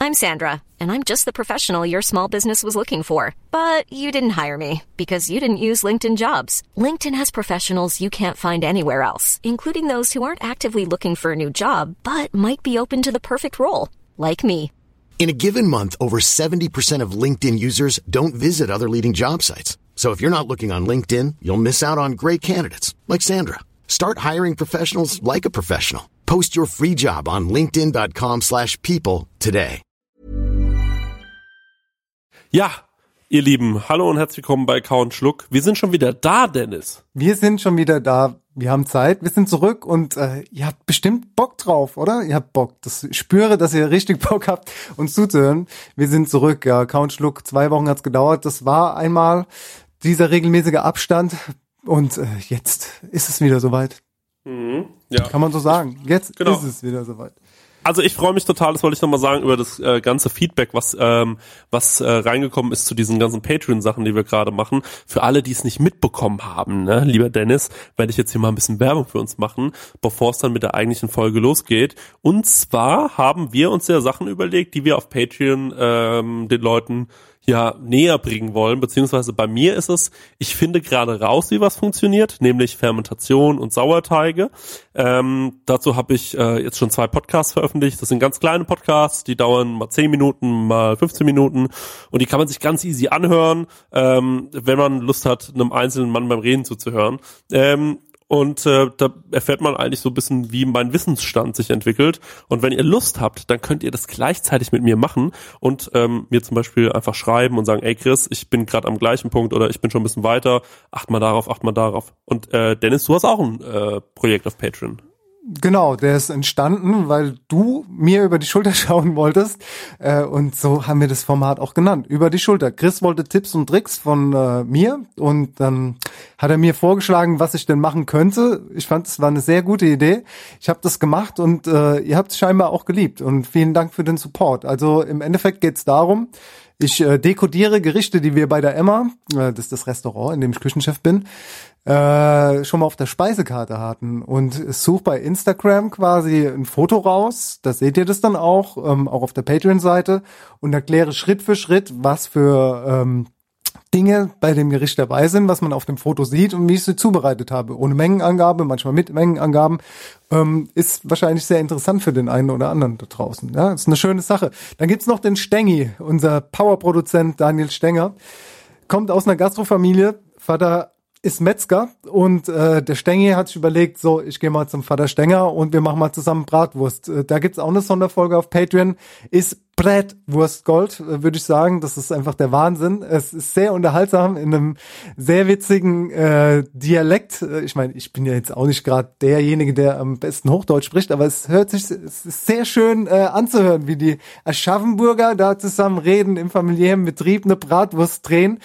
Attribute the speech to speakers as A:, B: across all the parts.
A: I'm Sandra, and I'm just the professional your small business was looking for. But you didn't hire me because you didn't use LinkedIn Jobs. LinkedIn has professionals you can't find anywhere else, including those who aren't actively looking for a new job, but might be open to the perfect role, like me.
B: In a given month, over 70% of LinkedIn users don't visit other leading job sites. So if you're not looking on LinkedIn, you'll miss out on great candidates like Sandra. Start hiring professionals like a professional. Post your free job on linkedin.com/people today.
C: Ja, ihr Lieben, hallo und herzlich willkommen bei Kau und Schluck. Wir sind schon wieder da, Dennis.
D: Wir sind schon wieder da. Wir haben Zeit, wir sind zurück und ihr habt bestimmt Bock drauf, oder? Ihr habt Bock. Ich spüre, dass ihr richtig Bock habt, uns zuzuhören. Wir sind zurück, ja, Kau und Schluck. 2 Wochen hat's gedauert. Das war einmal dieser regelmäßige Abstand und jetzt ist es wieder soweit.
C: Mhm, ja.
D: Kann man so sagen. Jetzt
C: Genau.
D: ist es wieder soweit.
C: Also ich freue mich total, das wollte ich nochmal sagen, über das ganze Feedback, was reingekommen ist zu diesen ganzen Patreon-Sachen, die wir gerade machen. Für alle, die es nicht mitbekommen haben, ne, lieber Dennis, werde ich jetzt hier mal ein bisschen Werbung für uns machen, bevor es dann mit der eigentlichen Folge losgeht. Und zwar haben wir uns ja Sachen überlegt, die wir auf Patreon den Leuten ja näher bringen wollen, beziehungsweise bei mir ist es, ich finde gerade raus, wie was funktioniert, nämlich Fermentation und Sauerteige. Dazu habe ich jetzt schon 2 Podcasts veröffentlicht. Das sind ganz kleine Podcasts, die dauern mal 10 Minuten, mal 15 Minuten und die kann man sich ganz easy anhören, wenn man Lust hat, einem einzelnen Mann beim Reden zuzuhören. Und da erfährt man eigentlich so ein bisschen, wie mein Wissensstand sich entwickelt. Und wenn ihr Lust habt, dann könnt ihr das gleichzeitig mit mir machen und mir zum Beispiel einfach schreiben und sagen, ey Chris, ich bin gerade am gleichen Punkt oder ich bin schon ein bisschen weiter, acht mal darauf. Und Dennis, du hast auch ein Projekt auf Patreon.
D: Genau, der ist entstanden, weil du mir über die Schulter schauen wolltest und so haben wir das Format auch genannt, über die Schulter. Chris wollte Tipps und Tricks von mir und dann hat er mir vorgeschlagen, was ich denn machen könnte. Ich fand, es war eine sehr gute Idee. Ich habe das gemacht und ihr habt es scheinbar auch geliebt und vielen Dank für den Support. Also im Endeffekt geht's darum, ich dekodiere Gerichte, die wir bei der Emma, das ist das Restaurant, in dem ich Küchenchef bin, schon mal auf der Speisekarte hatten und suche bei Instagram quasi ein Foto raus, da seht ihr das dann auch auf der Patreon-Seite und erkläre Schritt für Schritt, was für Dinge bei dem Gericht dabei sind, was man auf dem Foto sieht und wie ich sie zubereitet habe. Ohne Mengenangabe, manchmal mit Mengenangaben. Ist wahrscheinlich sehr interessant für den einen oder anderen da draußen. Ja, ist eine schöne Sache. Dann gibt's noch den Stengi, unser Powerproduzent Daniel Stenger. Kommt aus einer Gastrofamilie. Vater ist Metzger und der Stengi hat sich überlegt, so, ich gehe mal zum Vater Stenger und wir machen mal zusammen Bratwurst. Da gibt's auch eine Sonderfolge auf Patreon. Ist Bratwurst Gold, würde ich sagen. Das ist einfach der Wahnsinn. Es ist sehr unterhaltsam in einem sehr witzigen Dialekt. Ich meine, ich bin ja jetzt auch nicht gerade derjenige, der am besten Hochdeutsch spricht, aber es ist sehr schön anzuhören, wie die Aschaffenburger da zusammen reden, im familiären Betrieb eine Bratwurst drehen.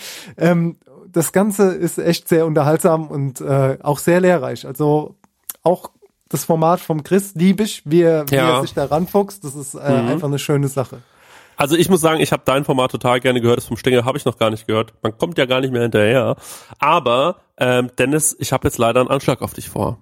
D: Das Ganze ist echt sehr unterhaltsam und auch sehr lehrreich. Also auch das Format vom Chris liebe ich, wie er sich da ranfuchst. Das ist einfach eine schöne Sache.
C: Also ich muss sagen, ich habe dein Format total gerne gehört. Das vom Stengel habe ich noch gar nicht gehört. Man kommt ja gar nicht mehr hinterher. Aber Dennis, ich habe jetzt leider einen Anschlag auf dich vor.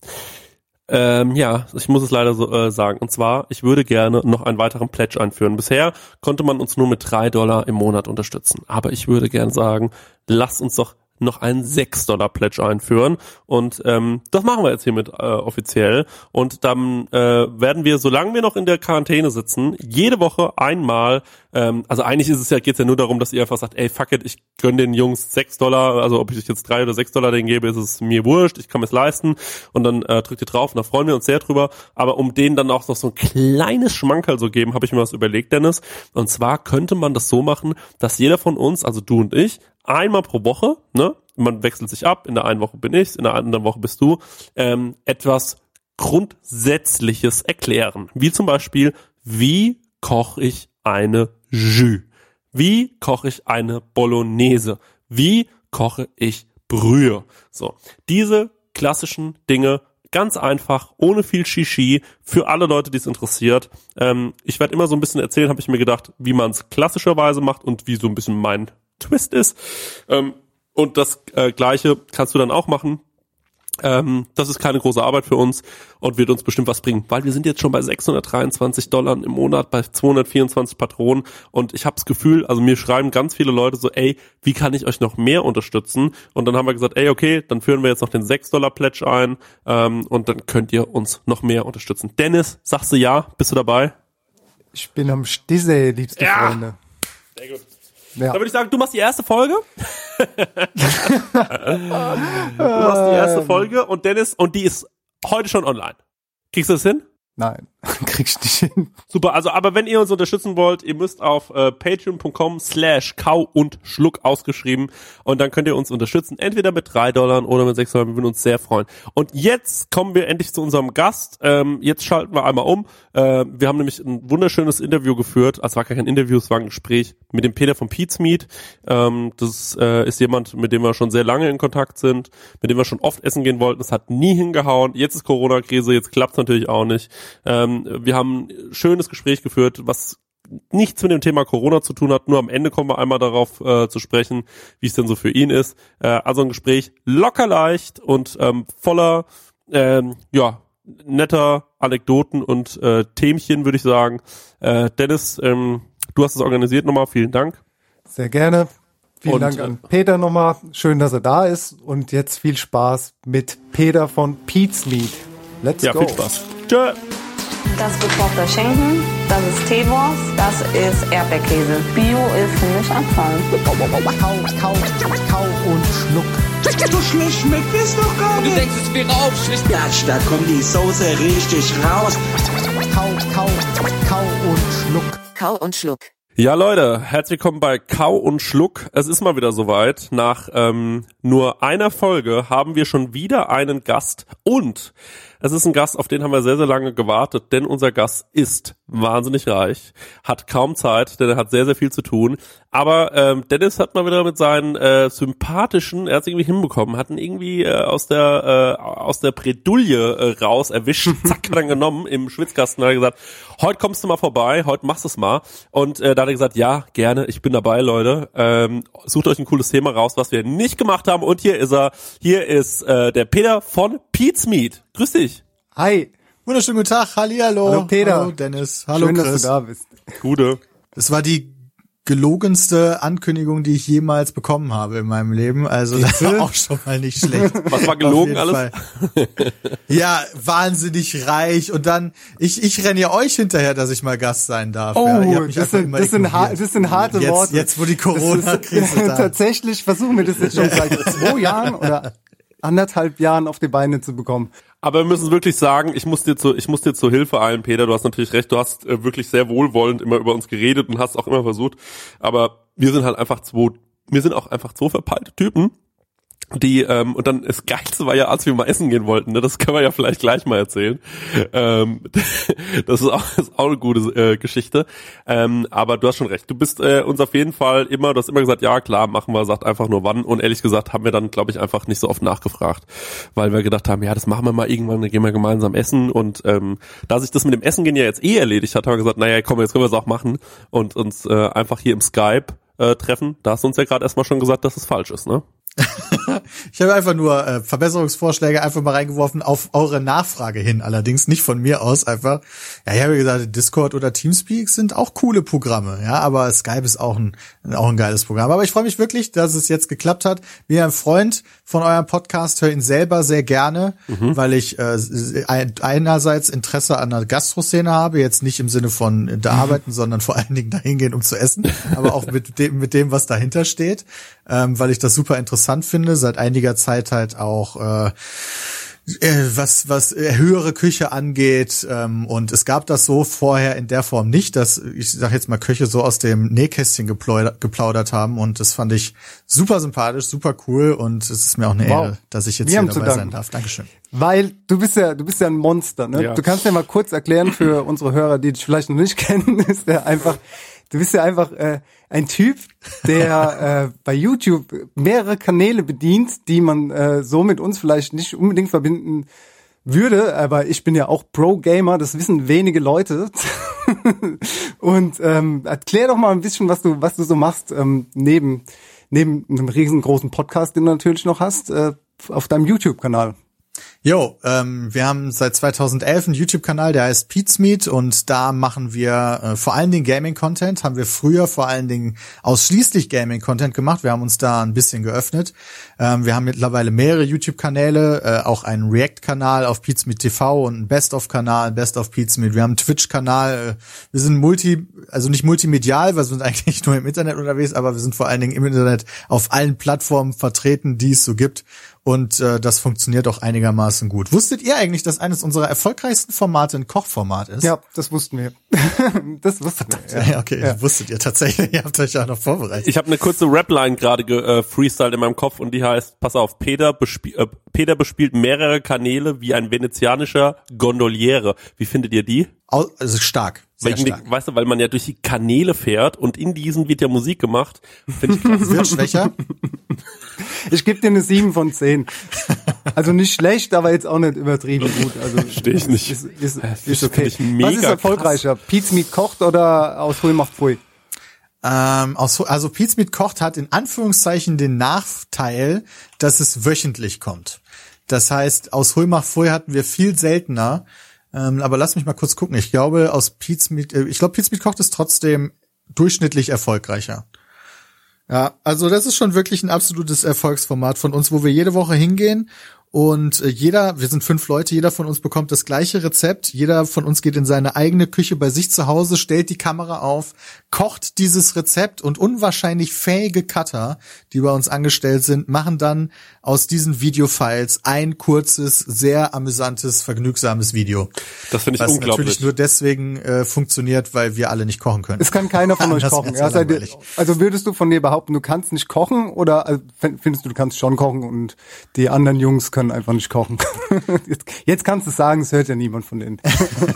C: Ich muss es leider so sagen. Und zwar, ich würde gerne noch einen weiteren Pledge einführen. Bisher konnte man uns nur mit $3 im Monat unterstützen. Aber ich würde gerne sagen, lasst uns doch noch einen $6 Pledge einführen und das machen wir jetzt hiermit offiziell und dann werden wir, solange wir noch in der Quarantäne sitzen, jede Woche einmal, also eigentlich geht's ja nur darum, dass ihr einfach sagt, ey fuck it, ich gönn den Jungs $6, also ob ich jetzt $3 oder $6 denen gebe, ist es mir wurscht, ich kann mir's leisten und dann drückt ihr drauf und da freuen wir uns sehr drüber, aber um denen dann auch noch so ein kleines Schmankerl so geben, habe ich mir was überlegt, Dennis, und zwar könnte man das so machen, dass jeder von uns, also du und ich, einmal pro Woche, ne? Man wechselt sich ab, in der einen Woche bin ich, in der anderen Woche bist du, etwas Grundsätzliches erklären. Wie zum Beispiel, wie koche ich eine Jus? Wie koche ich eine Bolognese? Wie koche ich Brühe? So, diese klassischen Dinge, ganz einfach, ohne viel Shishi, für alle Leute, die es interessiert. Ich werde immer so ein bisschen erzählen, habe ich mir gedacht, wie man es klassischerweise macht und wie so ein bisschen mein Twist ist. Und das Gleiche kannst du dann auch machen. Das ist keine große Arbeit für uns und wird uns bestimmt was bringen, weil wir sind jetzt schon bei $623 im Monat, bei 224 Patronen und ich habe das Gefühl, also mir schreiben ganz viele Leute so, ey, wie kann ich euch noch mehr unterstützen? Und dann haben wir gesagt, ey, okay, dann führen wir jetzt noch den $6 ein und dann könnt ihr uns noch mehr unterstützen. Dennis, sagst du ja? Bist du dabei?
D: Ich bin am Stisse, liebste Freunde.
C: Sehr gut.
D: Ja.
C: Dann würde ich sagen, du machst die erste Folge. Du machst die erste Folge und Dennis, und die ist heute schon online. Kriegst du das hin?
D: Nein, kriegst du nicht hin.
C: Super, also aber wenn ihr uns unterstützen wollt, ihr müsst auf patreon.com/Kau und Schluck ausgeschrieben und dann könnt ihr uns unterstützen, entweder mit $3 oder mit $6, wir würden uns sehr freuen. Und jetzt kommen wir endlich zu unserem Gast, jetzt schalten wir einmal um, wir haben nämlich ein wunderschönes Interview geführt, also es war kein Interview, es war ein Gespräch mit dem Peter von Pete's Meat, das ist jemand, mit dem wir schon sehr lange in Kontakt sind, mit dem wir schon oft essen gehen wollten, es hat nie hingehauen, jetzt ist Corona-Krise, jetzt klappt's natürlich auch nicht. Wir haben ein schönes Gespräch geführt, was nichts mit dem Thema Corona zu tun hat, nur am Ende kommen wir einmal darauf zu sprechen, wie es denn so für ihn ist. Also ein Gespräch locker leicht und voller netter Anekdoten und Themchen, würde ich sagen. Dennis, du hast es organisiert nochmal, vielen Dank.
D: Sehr gerne. Vielen Dank an Peter nochmal. Schön, dass er da ist. Und jetzt viel Spaß mit Peter von Pete's Meat. Let's go.
C: Ja, viel Spaß. Tschö.
E: Das gekochte Schinken, das ist Teewurst, das ist Erdbeerkäse. Bio ist für mich Abfall.
D: Kau und Schluck.
F: So schlecht schmeckt es doch gar nicht.
G: Du denkst, es wäre aufschlicht.
F: Gatsch, da kommt die Soße richtig raus.
D: Kau und Schluck.
A: Kau und Schluck.
C: Ja, Leute, herzlich willkommen bei Kau und Schluck. Es ist mal wieder soweit. Nach nur einer Folge haben wir schon wieder einen Gast und es ist ein Gast, auf den haben wir sehr, sehr lange gewartet, denn unser Gast ist wahnsinnig reich, hat kaum Zeit, denn er hat sehr, sehr viel zu tun. Aber Dennis hat mal wieder mit seinen sympathischen, er hat es irgendwie hinbekommen, hat ihn irgendwie aus der Bredouille raus erwischt, zack, hat er genommen im Schwitzkasten, hat er gesagt, heute kommst du mal vorbei, heute machst du es mal. Und da hat er gesagt, ja, gerne, ich bin dabei, Leute. Sucht euch ein cooles Thema raus, was wir nicht gemacht haben. Und hier ist er, hier ist der Peter von Pete's Meat. Grüß dich.
D: Hi.
H: Wunderschönen guten Tag, hallihallo.
D: Hallo Peter.
H: Hallo Dennis, hallo
D: Schön,
H: Chris.
D: dass du da bist.
C: Gute.
H: Das war die gelogenste Ankündigung, die ich jemals bekommen habe in meinem Leben. Also das war auch schon mal nicht schlecht.
C: Was war gelogen alles?
H: Ja, wahnsinnig reich. Und dann, ich renne ja euch hinterher, dass ich mal Gast sein darf.
D: Oh,
H: ja, ihr habt mich
D: das
H: einfach
D: sind harte
H: jetzt,
D: Worte.
H: Jetzt, wo die Corona-Krise da ist.
D: Tatsächlich versuchen wir das jetzt schon seit 2 Jahren oder 1,5 Jahren auf die Beine zu bekommen.
C: Aber wir müssen wirklich sagen, ich muss dir zur Hilfe eilen, Peter. Du hast natürlich recht, du hast wirklich sehr wohlwollend immer über uns geredet und hast auch immer versucht. Aber wir sind auch einfach zwei verpeilte Typen, die, und dann das Geilste war ja, als wir mal essen gehen wollten, ne, das können wir ja vielleicht gleich mal erzählen. Das ist auch eine gute Geschichte. Aber du hast schon recht. Du bist uns auf jeden Fall du hast immer gesagt, ja klar, machen wir, sagt einfach nur wann. Und ehrlich gesagt haben wir dann, glaube ich, einfach nicht so oft nachgefragt, weil wir gedacht haben, ja, das machen wir mal irgendwann, dann gehen wir gemeinsam essen. Und da sich das mit dem Essen gehen ja jetzt erledigt hat, haben wir gesagt, naja, komm, jetzt können wir es auch machen und uns einfach hier im Skype treffen. Da hast du uns ja gerade erstmal schon gesagt, dass es falsch ist, ne?
H: Ich habe einfach nur Verbesserungsvorschläge einfach mal reingeworfen auf eure Nachfrage hin, allerdings nicht von mir aus einfach. Ja, ich habe gesagt, Discord oder Teamspeak sind auch coole Programme, ja, aber Skype ist auch ein geiles Programm. Aber ich freue mich wirklich, dass es jetzt geklappt hat. Bin ein Freund von eurem Podcast, höre ihn selber sehr gerne, weil ich einerseits Interesse an der Gastroszene habe, jetzt nicht im Sinne von da arbeiten, sondern vor allen Dingen dahin gehen, um zu essen, aber auch mit dem, was dahinter steht, weil ich das super interessant finde, seit einiger Zeit halt auch was höhere Küche angeht, und es gab das so vorher in der Form nicht, dass, ich sag jetzt mal, Köche so aus dem Nähkästchen geplaudert haben, und das fand ich super sympathisch, super cool, und es ist mir auch eine Ehre, dass ich jetzt hier dabei sein darf. Dankeschön.
D: Weil du bist ja ein Monster, ne?
C: Ja.
D: Du kannst ja mal kurz erklären für unsere Hörer, die dich vielleicht noch nicht kennen, du bist ja einfach ein Typ, der bei YouTube mehrere Kanäle bedient, die man so mit uns vielleicht nicht unbedingt verbinden würde, aber ich bin ja auch Pro-Gamer, das wissen wenige Leute. Und erklär doch mal ein bisschen, was du so machst, neben einem riesengroßen Podcast, den du natürlich noch hast, auf deinem YouTube-Kanal.
H: Wir haben seit 2011 einen YouTube-Kanal, der heißt Pete's Meat, und da machen wir vor allen Dingen Gaming-Content. Haben wir früher vor allen Dingen ausschließlich Gaming-Content gemacht. Wir haben uns da ein bisschen geöffnet. Wir haben mittlerweile mehrere YouTube-Kanäle, auch einen React-Kanal auf Pete's Meat TV und einen Best-of-Kanal, Best of Pete's Meat. Wir haben einen Twitch-Kanal. Wir sind nicht multimedial, weil wir sind eigentlich nur im Internet unterwegs, aber wir sind vor allen Dingen im Internet auf allen Plattformen vertreten, die es so gibt. Und das funktioniert auch einigermaßen gut. Wusstet ihr eigentlich, dass eines unserer erfolgreichsten Formate ein Kochformat ist?
D: Ja, das wussten wir. Das wussten wir.
H: Ja, okay, ja. Wusstet ihr tatsächlich. Ihr habt euch ja noch vorbereitet.
C: Ich habe eine kurze Rapline gerade freestylt in meinem Kopf und die heißt, pass auf, Peter bespielt mehrere Kanäle wie ein venezianischer Gondoliere. Wie findet ihr die?
H: Also stark. Sehr stark.
C: Weißt du, weil man ja durch die Kanäle fährt und in diesen wird ja Musik gemacht. Finde ich krass.
H: Wird schwächer.
D: Ich gebe dir eine 7 von 10. Also nicht schlecht, aber jetzt auch nicht übertrieben gut. Also
C: verstehe ich nicht.
D: Ist okay.
C: Was
D: ist erfolgreicher? Pete's Meat kocht oder aus Hull macht Pfui?
H: Also Pete's Meat kocht hat in Anführungszeichen den Nachteil, dass es wöchentlich kommt. Das heißt, aus Hull macht Pfui hatten wir viel seltener. Aber lass mich mal kurz gucken. Ich glaube, Pete's Meat kocht ist trotzdem durchschnittlich erfolgreicher. Ja, also das ist schon wirklich ein absolutes Erfolgsformat von uns, wo wir jede Woche hingehen und wir sind 5 Leute, jeder von uns bekommt das gleiche Rezept, jeder von uns geht in seine eigene Küche bei sich zu Hause, stellt die Kamera auf, kocht dieses Rezept und unwahrscheinlich fähige Cutter, die bei uns angestellt sind, machen dann aus diesen Videofiles ein kurzes, sehr amüsantes, vergnügsames Video.
C: Das finde ich unglaublich.
H: Was natürlich nur deswegen funktioniert, weil wir alle nicht kochen können.
D: Es kann keiner von euch kochen. Ja, also würdest du von dir behaupten, du kannst nicht kochen oder findest du kannst schon kochen und die anderen Jungs können einfach nicht kochen? Jetzt kannst du sagen, es hört ja niemand von denen.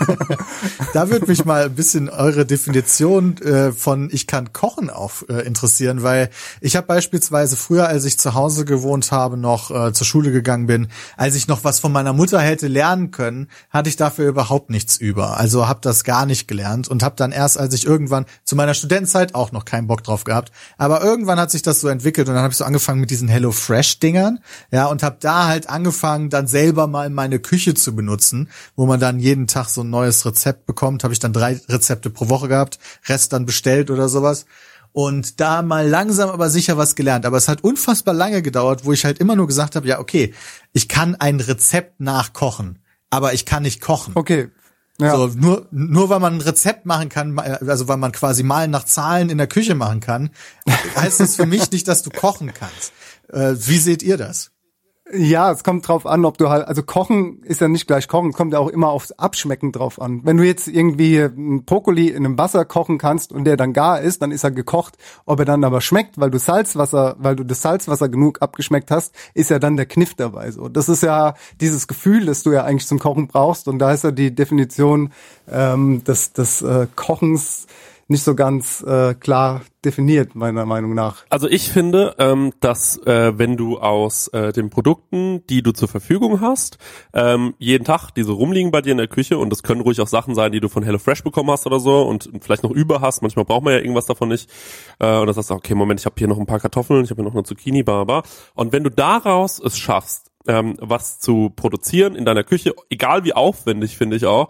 H: Da würde mich mal ein bisschen eure Definition von ich kann kochen auch interessieren, weil ich habe beispielsweise früher, als ich zu Hause gewohnt habe, noch zur Schule gegangen bin, als ich noch was von meiner Mutter hätte lernen können, hatte ich dafür überhaupt nichts über. Also habe das gar nicht gelernt und habe dann erst, als ich irgendwann zu meiner Studentenzeit auch noch keinen Bock drauf gehabt, aber irgendwann hat sich das so entwickelt und dann habe ich so angefangen mit diesen HelloFresh-Dingern, ja, und habe da halt angefangen, dann selber mal meine Küche zu benutzen, wo man dann jeden Tag so ein neues Rezept bekommt. Habe ich dann 3 Rezepte pro Woche gehabt, Rest dann bestellt oder sowas. Und da mal langsam aber sicher was gelernt. Aber es hat unfassbar lange gedauert, wo ich halt immer nur gesagt habe, ja, okay, ich kann ein Rezept nachkochen, aber ich kann nicht kochen.
D: Okay. Ja.
H: So, nur weil man ein Rezept machen kann, also weil man quasi Malen nach Zahlen in der Küche machen kann, heißt das für mich nicht, dass du kochen kannst. Wie seht ihr das?
D: Ja, es kommt drauf an, ob du halt, also kochen ist ja nicht gleich kochen, kommt ja auch immer aufs Abschmecken drauf an. Wenn du jetzt irgendwie einen Brokkoli in einem Wasser kochen kannst und der dann gar ist, dann ist er gekocht. Ob er dann aber schmeckt, weil du das Salzwasser genug abgeschmeckt hast, ist ja dann der Kniff dabei. So, das ist ja dieses Gefühl, das du ja eigentlich zum Kochen brauchst, und da ist ja die Definition des Kochens nicht so ganz klar definiert, meiner Meinung nach.
C: Also ich finde, dass wenn du aus den Produkten, die du zur Verfügung hast, jeden Tag diese rumliegen bei dir in der Küche, und das können ruhig auch Sachen sein, die du von HelloFresh bekommen hast oder so und vielleicht noch über hast, manchmal braucht man ja irgendwas davon nicht, und das sagst du, okay, Moment, ich habe hier noch ein paar Kartoffeln, ich habe hier noch eine Zucchini, und wenn du daraus es schaffst, was zu produzieren in deiner Küche, egal wie aufwendig, finde ich auch,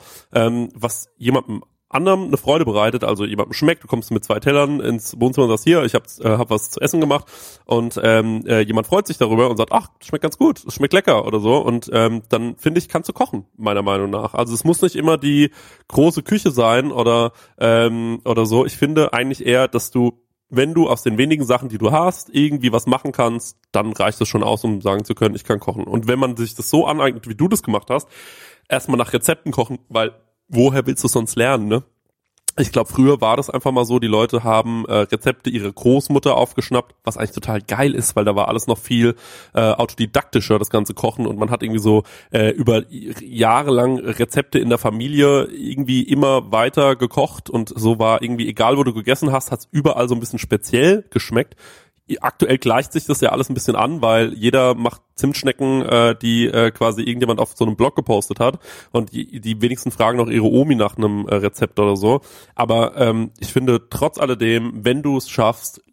C: was anderem eine Freude bereitet, also jemandem schmeckt, du kommst mit 2 Tellern ins Wohnzimmer und sagst, hier, ich hab was zu essen gemacht, und jemand freut sich darüber und sagt, ach, das schmeckt ganz gut, das schmeckt lecker oder so, und dann finde ich, kannst du kochen, meiner Meinung nach. Also es muss nicht immer die große Küche sein oder so. Ich finde eigentlich eher, dass du, wenn du aus den wenigen Sachen, die du hast, irgendwie was machen kannst, dann reicht es schon aus, um sagen zu können, ich kann kochen. Und wenn man sich das so aneignet, wie du das gemacht hast, erstmal nach Rezepten kochen, weil woher willst du sonst lernen, ne? Ich glaube, früher war das einfach mal so, die Leute haben Rezepte ihrer Großmutter aufgeschnappt, was eigentlich total geil ist, weil da war alles noch viel autodidaktischer, das ganze Kochen, und man hat irgendwie so über Jahre lang Rezepte in der Familie irgendwie immer weiter gekocht, und so war irgendwie, egal wo du gegessen hast, hat's überall so ein bisschen speziell geschmeckt. Aktuell gleicht sich das ja alles ein bisschen an, weil jeder macht Zimtschnecken, die quasi irgendjemand auf so einem Blog gepostet hat, und die wenigsten fragen noch ihre Omi nach einem Rezept oder so. Aber ich finde, trotz alledem, wenn du es schaffst,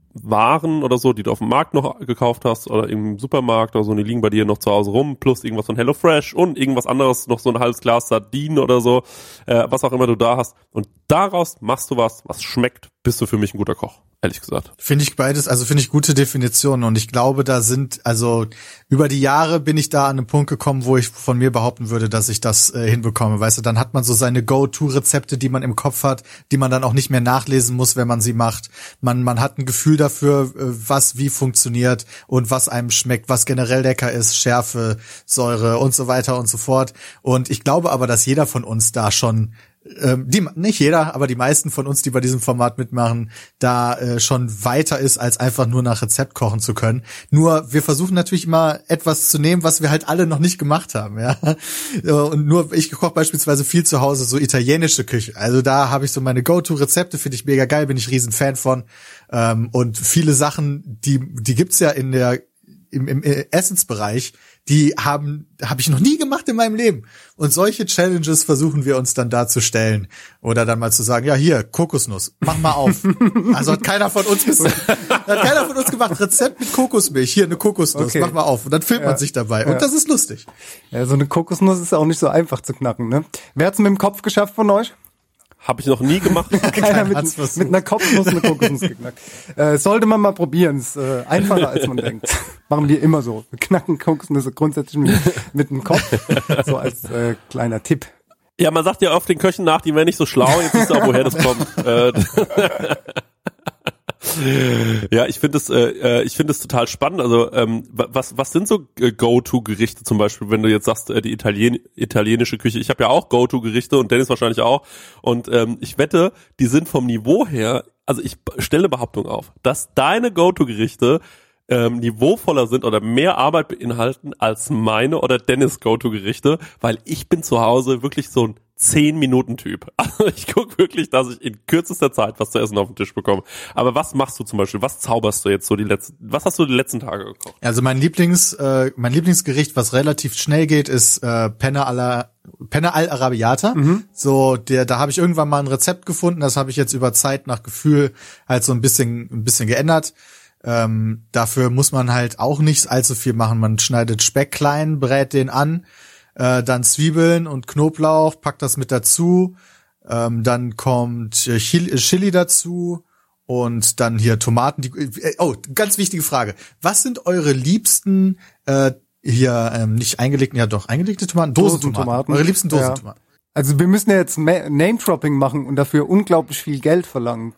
C: Waren oder so, die du auf dem Markt noch gekauft hast oder im Supermarkt oder so, und die liegen bei dir noch zu Hause rum, plus irgendwas von HelloFresh und irgendwas anderes, noch so ein halbes Glas Sardinen oder so, was auch immer du da hast. Und daraus machst du was schmeckt, bist du für mich ein guter Koch, ehrlich gesagt.
H: Finde ich beides, also finde ich gute Definitionen, und ich glaube, da sind, also über die Jahre bin ich da an einen Punkt gekommen, wo ich von mir behaupten würde, dass ich das hinbekomme, weißt du, dann hat man so seine Go-To-Rezepte, die man im Kopf hat, die man dann auch nicht mehr nachlesen muss, wenn man sie macht. Man hat ein Gefühl dafür, was wie funktioniert und was einem schmeckt, was generell lecker ist, Schärfe, Säure und so weiter und so fort. Und ich glaube aber, dass jeder von uns da schon nicht jeder, aber die meisten von uns, die bei diesem Format mitmachen, da schon weiter ist, als einfach nur nach Rezept kochen zu können. Nur wir versuchen natürlich immer etwas zu nehmen, was wir halt alle noch nicht gemacht haben, ja. Und nur ich koche beispielsweise viel zu Hause so italienische Küche. Also da habe ich so meine Go-To-Rezepte, finde ich mega geil, bin ich riesen Fan von. Und viele Sachen, die gibt's ja im Essensbereich, die habe ich noch nie gemacht in meinem Leben. Und solche Challenges versuchen wir uns dann darzustellen. Oder dann mal zu sagen, ja hier, Kokosnuss, mach mal auf. Also hat keiner von uns gemacht, Rezept mit Kokosmilch, hier eine Kokosnuss,
D: okay.
H: Mach mal auf. Und dann filmt man sich dabei. Und das ist lustig.
D: Ja, so eine Kokosnuss ist auch nicht so einfach zu knacken, ne? Wer hat's mit dem Kopf geschafft von euch?
C: Habe ich noch nie gemacht.
D: Keiner mit einer Kopfnuss eine Kokosnuss geknackt. Sollte man mal probieren. Ist einfacher, als man denkt. Machen wir immer so. Wir knacken Kokosnüsse grundsätzlich mit dem Kopf. So als kleiner Tipp.
C: Ja, man sagt ja oft den Köchen nach, die wären nicht so schlau. Jetzt siehst du auch, woher das kommt. Ja, ich finde es total spannend. Also was sind so Go-To-Gerichte zum Beispiel, wenn du jetzt sagst, die italienische Küche? Ich habe ja auch Go-To-Gerichte und Dennis wahrscheinlich auch. Und ich wette, die sind vom Niveau her, also ich stelle Behauptung auf, dass deine Go-To-Gerichte niveauvoller sind oder mehr Arbeit beinhalten als meine oder Dennis Go-To-Gerichte, weil ich bin zu Hause wirklich so ein 10-Minuten-Typ. Also ich gucke wirklich, dass ich in kürzester Zeit was zu essen auf den Tisch bekomme. Aber was machst du zum Beispiel? Was zauberst du jetzt so was hast du die letzten Tage gekocht?
H: Also mein Lieblingsgericht, was relativ schnell geht, ist Penne al-Arrabbiata. So, da habe ich irgendwann mal ein Rezept gefunden, das habe ich jetzt über Zeit nach Gefühl halt so ein bisschen geändert. Dafür muss man halt auch nicht allzu viel machen. Man schneidet Speck klein, brät den an, dann Zwiebeln und Knoblauch, packt das mit dazu, dann kommt Chili dazu und dann hier Tomaten. Ganz wichtige Frage. Was sind eure liebsten nicht eingelegten, ja doch, eingelegte Tomaten? Dosentomaten. Eure liebsten Dosentomaten.
D: Ja. Also wir müssen ja jetzt Name-Dropping machen und dafür unglaublich viel Geld verlangen.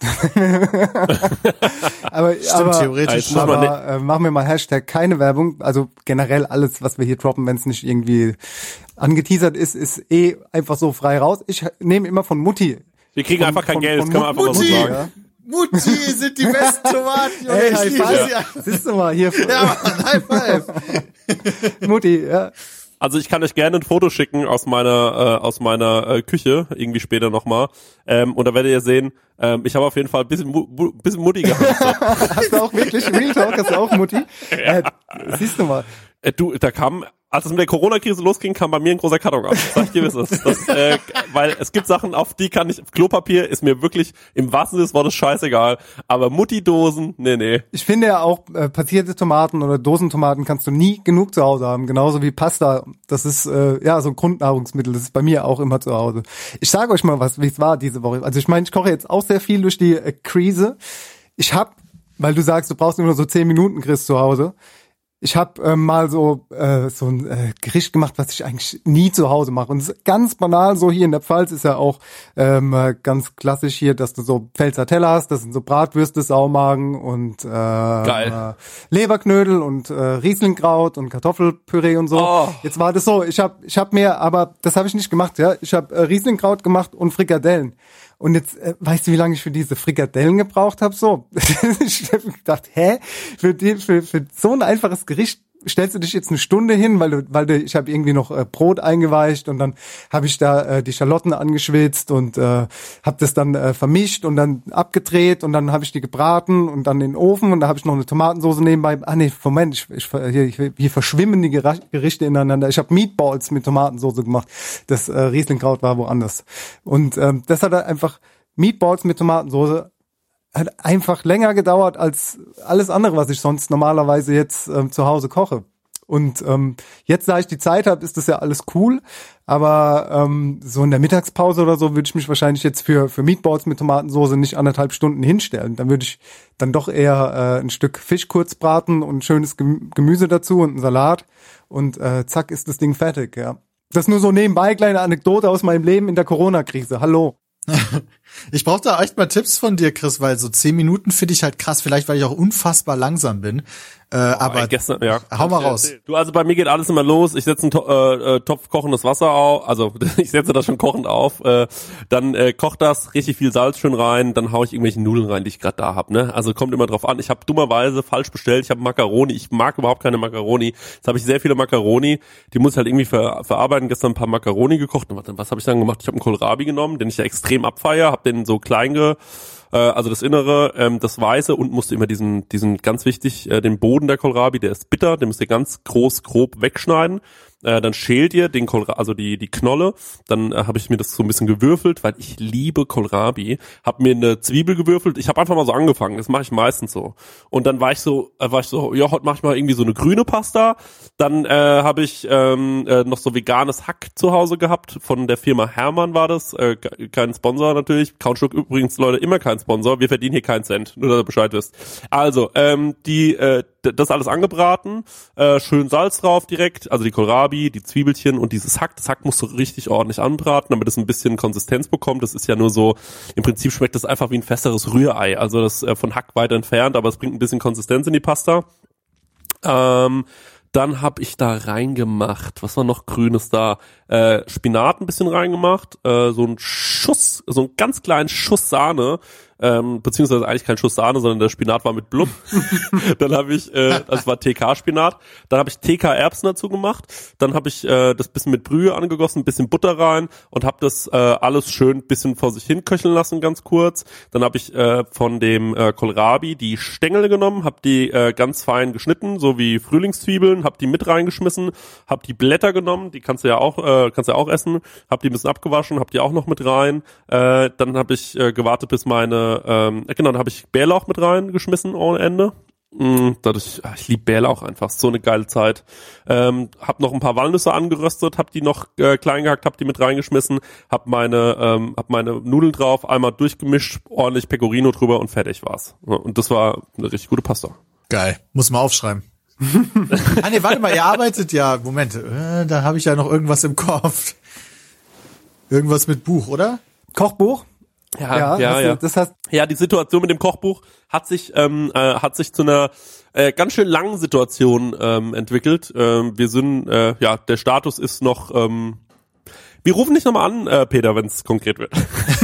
D: aber
H: theoretisch.
D: Aber machen wir mal Hashtag keine Werbung. Also generell alles, was wir hier droppen, wenn es nicht irgendwie angeteasert ist einfach so frei raus. Ich nehme immer von Mutti.
C: Wir kriegen einfach kein Geld, das kann man einfach mal so sagen.
H: Ja. Mutti sind die besten Tomaten.
D: Hey, High Five. Siehst du mal hier.
H: Ja, Mann, High Five.
D: Mutti, ja.
C: Also ich kann euch gerne ein Foto schicken aus meiner Küche, irgendwie später nochmal. Und da werdet ihr sehen, ich habe auf jeden Fall ein bisschen Mutti gehabt.
D: Hast du auch wirklich Real Talk? Hast du auch Mutti?
C: Ja.
D: Siehst du mal.
C: Als es mit der Corona-Krise losging, kam bei mir ein großer Karton an. Sag ich dir, wie es ist. Weil es gibt Sachen, auf die kann ich, Klopapier ist mir wirklich im wahrsten Sinne des Wortes scheißegal. Aber Mutti-Dosen, nee.
D: Ich finde ja auch, passierte Tomaten oder Dosentomaten kannst du nie genug zu Hause haben. Genauso wie Pasta. Das ist, so ein Grundnahrungsmittel. Das ist bei mir auch immer zu Hause. Ich sage euch mal wie es war diese Woche. Also ich meine, ich koche jetzt auch sehr viel durch die Krise. Weil du sagst, du brauchst nur so 10 Minuten, Chris, zu Hause. Ich habe mal so ein Gericht gemacht, was ich eigentlich nie zu Hause mache. Und es ist ganz banal, so hier in der Pfalz ist ja auch ganz klassisch hier, dass du so Pfälzer Teller hast, das sind so Bratwürste, Saumagen und Leberknödel und Rieslingkraut und Kartoffelpüree und so. Oh. Jetzt war das so, ich hab mir, aber das habe ich nicht gemacht, ja. Ich habe Rieslingkraut gemacht und Frikadellen. Und jetzt, weißt du, wie lange ich für diese Frikadellen gebraucht habe? So, ich habe gedacht, für so ein einfaches Gericht stellst du dich jetzt eine Stunde hin, ich habe irgendwie noch Brot eingeweicht und dann habe ich da die Schalotten angeschwitzt und habe das dann vermischt und dann abgedreht und dann habe ich die gebraten und dann in den Ofen und da habe ich noch eine Tomatensauce nebenbei. Moment, hier verschwimmen die Gerichte ineinander. Ich habe Meatballs mit Tomatensauce gemacht. Das Rieslingkraut war woanders. Und das hat einfach Meatballs mit Tomatensauce hat einfach länger gedauert als alles andere, was ich sonst normalerweise jetzt zu Hause koche. Und jetzt, da ich die Zeit habe, ist das ja alles cool. Aber so in der Mittagspause oder so würde ich mich wahrscheinlich jetzt für Meatballs mit Tomatensauce nicht 1,5 Stunden hinstellen. Dann würde ich dann doch eher ein Stück Fisch kurz braten und ein schönes Gemüse dazu und einen Salat. Und zack, ist das Ding fertig, ja. Das nur so nebenbei, kleine Anekdote aus meinem Leben in der Corona-Krise. Hallo.
H: Ich brauche da echt mal Tipps von dir, Chris, weil so 10 Minuten finde ich halt krass. Vielleicht, weil ich auch unfassbar langsam bin. Aber
C: gestern, ja.
H: Hau mal raus.
C: Du, also bei mir geht alles immer los. Ich setze einen Topf kochendes Wasser auf, also ich setze das schon kochend auf. Dann kocht das, richtig viel Salz schön rein, dann hau ich irgendwelche Nudeln rein, die ich gerade da hab. Ne? Also kommt immer drauf an. Ich habe dummerweise falsch bestellt. Ich habe Macaroni. Ich mag überhaupt keine Macaroni. Jetzt habe ich sehr viele Macaroni. Die muss ich halt irgendwie verarbeiten. Gestern ein paar Macaroni gekocht. Und was habe ich dann gemacht? Ich habe einen Kohlrabi genommen, den ich ja extrem abfeiere. Habe den so klein also das Innere, das Weiße und musste immer diesen ganz wichtig, den Boden der Kohlrabi, der ist bitter, den müsst ihr ganz grob wegschneiden. Dann schält ihr den Kohlrabi, also die Knolle. Dann habe ich mir das so ein bisschen gewürfelt, weil ich liebe Kohlrabi. Hab mir eine Zwiebel gewürfelt. Ich habe einfach mal so angefangen. Das mache ich meistens so. Und dann war ich so, ja, heute mache ich mal irgendwie so eine grüne Pasta. Dann habe ich noch so veganes Hack zu Hause gehabt. Von der Firma Hermann war das. Kein Sponsor natürlich. Countschluck übrigens, Leute, immer kein Sponsor. Wir verdienen hier keinen Cent. Nur, dass ihr Bescheid wisst. Also, das alles angebraten. Schön Salz drauf direkt. Also die Kohlrabi, die Zwiebelchen und dieses Hack. Das Hack musst du richtig ordentlich anbraten, damit es ein bisschen Konsistenz bekommt. Das ist ja nur so, im Prinzip schmeckt das einfach wie ein festeres Rührei. Also das von Hack weit entfernt, aber es bringt ein bisschen Konsistenz in die Pasta. Dann habe ich da reingemacht, was war noch Grünes da? Spinat ein bisschen reingemacht, so einen ganz kleinen Schuss Sahne, beziehungsweise eigentlich kein Schuss Sahne, sondern der Spinat war mit Blub. Dann habe ich, das war TK-Spinat, dann habe ich TK-Erbsen dazu gemacht, dann habe ich das bisschen mit Brühe angegossen, ein bisschen Butter rein und habe das alles schön ein bisschen vor sich hin köcheln lassen, ganz kurz. Dann habe ich von dem Kohlrabi die Stängel genommen, habe die ganz fein geschnitten, so wie Frühlingszwiebeln, habe die mit reingeschmissen, habe die Blätter genommen, die kannst du ja auch essen, habe die ein bisschen abgewaschen, habe die auch noch mit rein. Dann habe ich gewartet, bis dann habe ich Bärlauch mit reingeschmissen ohne Ende. Ich liebe Bärlauch einfach, so eine geile Zeit. Hab noch ein paar Walnüsse angeröstet, hab die noch klein gehackt, hab die mit reingeschmissen, hab meine Nudeln drauf, einmal durchgemischt, ordentlich Pecorino drüber und fertig war's. Und das war eine richtig gute Pasta.
H: Geil, muss man aufschreiben. Nee, warte mal, ihr arbeitet ja, Moment, da habe ich ja noch irgendwas im Kopf. Irgendwas mit Buch, oder?
D: Kochbuch?
C: Ja.
D: Das heißt,
C: ja, die Situation mit dem Kochbuch hat sich zu einer ganz schön langen Situation entwickelt. Wir sind, der Status ist noch, wir rufen dich nochmal an, Peter, wenn es konkret wird.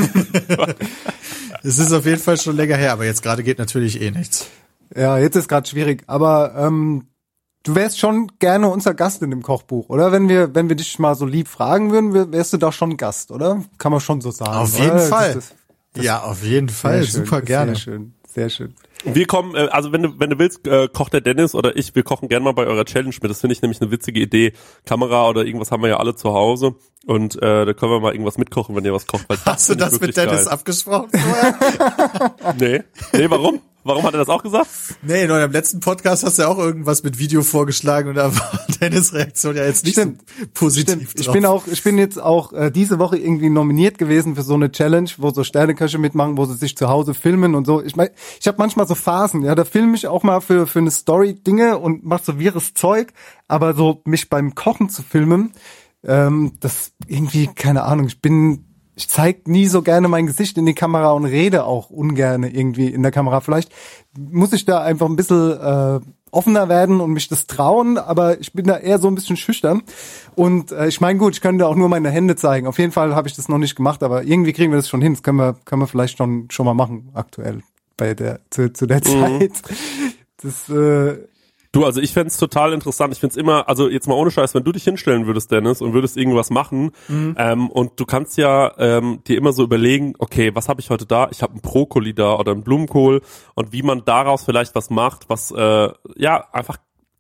H: Es ist auf jeden Fall schon länger her, aber jetzt gerade geht natürlich eh nichts.
D: Ja, jetzt ist gerade schwierig, aber du wärst schon gerne unser Gast in dem Kochbuch, oder? Wenn wir dich mal so lieb fragen würden, wärst du da schon Gast, oder? Kann man schon so sagen.
H: Auf jeden Fall. Ja, auf jeden Fall. Super gerne.
D: Sehr schön, sehr schön.
C: Wir kommen, also wenn du willst, kocht der Dennis oder ich, wir kochen gerne mal bei eurer Challenge mit. Das finde ich nämlich eine witzige Idee. Kamera oder irgendwas haben wir ja alle zu Hause und da können wir mal irgendwas mitkochen, wenn ihr was kocht. Weil
H: Hast du das mit Dennis abgesprochen vorher?
C: Nee, warum? Warum hat er das auch gesagt?
H: Nee, in eurem letzten Podcast hast du ja auch irgendwas mit Video vorgeschlagen und da war Dennis' Reaktion ja jetzt nicht so positiv drauf.
D: Ich bin jetzt auch diese Woche irgendwie nominiert gewesen für so eine Challenge, wo so Sterneköche mitmachen, wo sie sich zu Hause filmen und so. Ich meine, ich habe manchmal so Phasen, ja, da filme ich auch mal für eine Story Dinge und mach so wirres Zeug, aber so mich beim Kochen zu filmen, das irgendwie, keine Ahnung, ich zeig nie so gerne mein Gesicht in die Kamera und rede auch ungern irgendwie in der Kamera. Vielleicht muss ich da einfach ein bisschen offener werden und mich das trauen, aber ich bin da eher so ein bisschen schüchtern. Und ich meine, gut, ich könnte auch nur meine Hände zeigen. Auf jeden Fall habe ich das noch nicht gemacht, aber irgendwie kriegen wir das schon hin. Das können wir vielleicht schon mal machen aktuell zu der Zeit. Das
C: Du, also ich fänd's total interessant. Ich find's immer, also jetzt mal ohne Scheiß, wenn du dich hinstellen würdest, Dennis, und würdest irgendwas machen, und du kannst ja dir immer so überlegen, okay, was habe ich heute da? Ich habe einen Brokkoli da oder einen Blumenkohl und wie man daraus vielleicht was macht, was einfach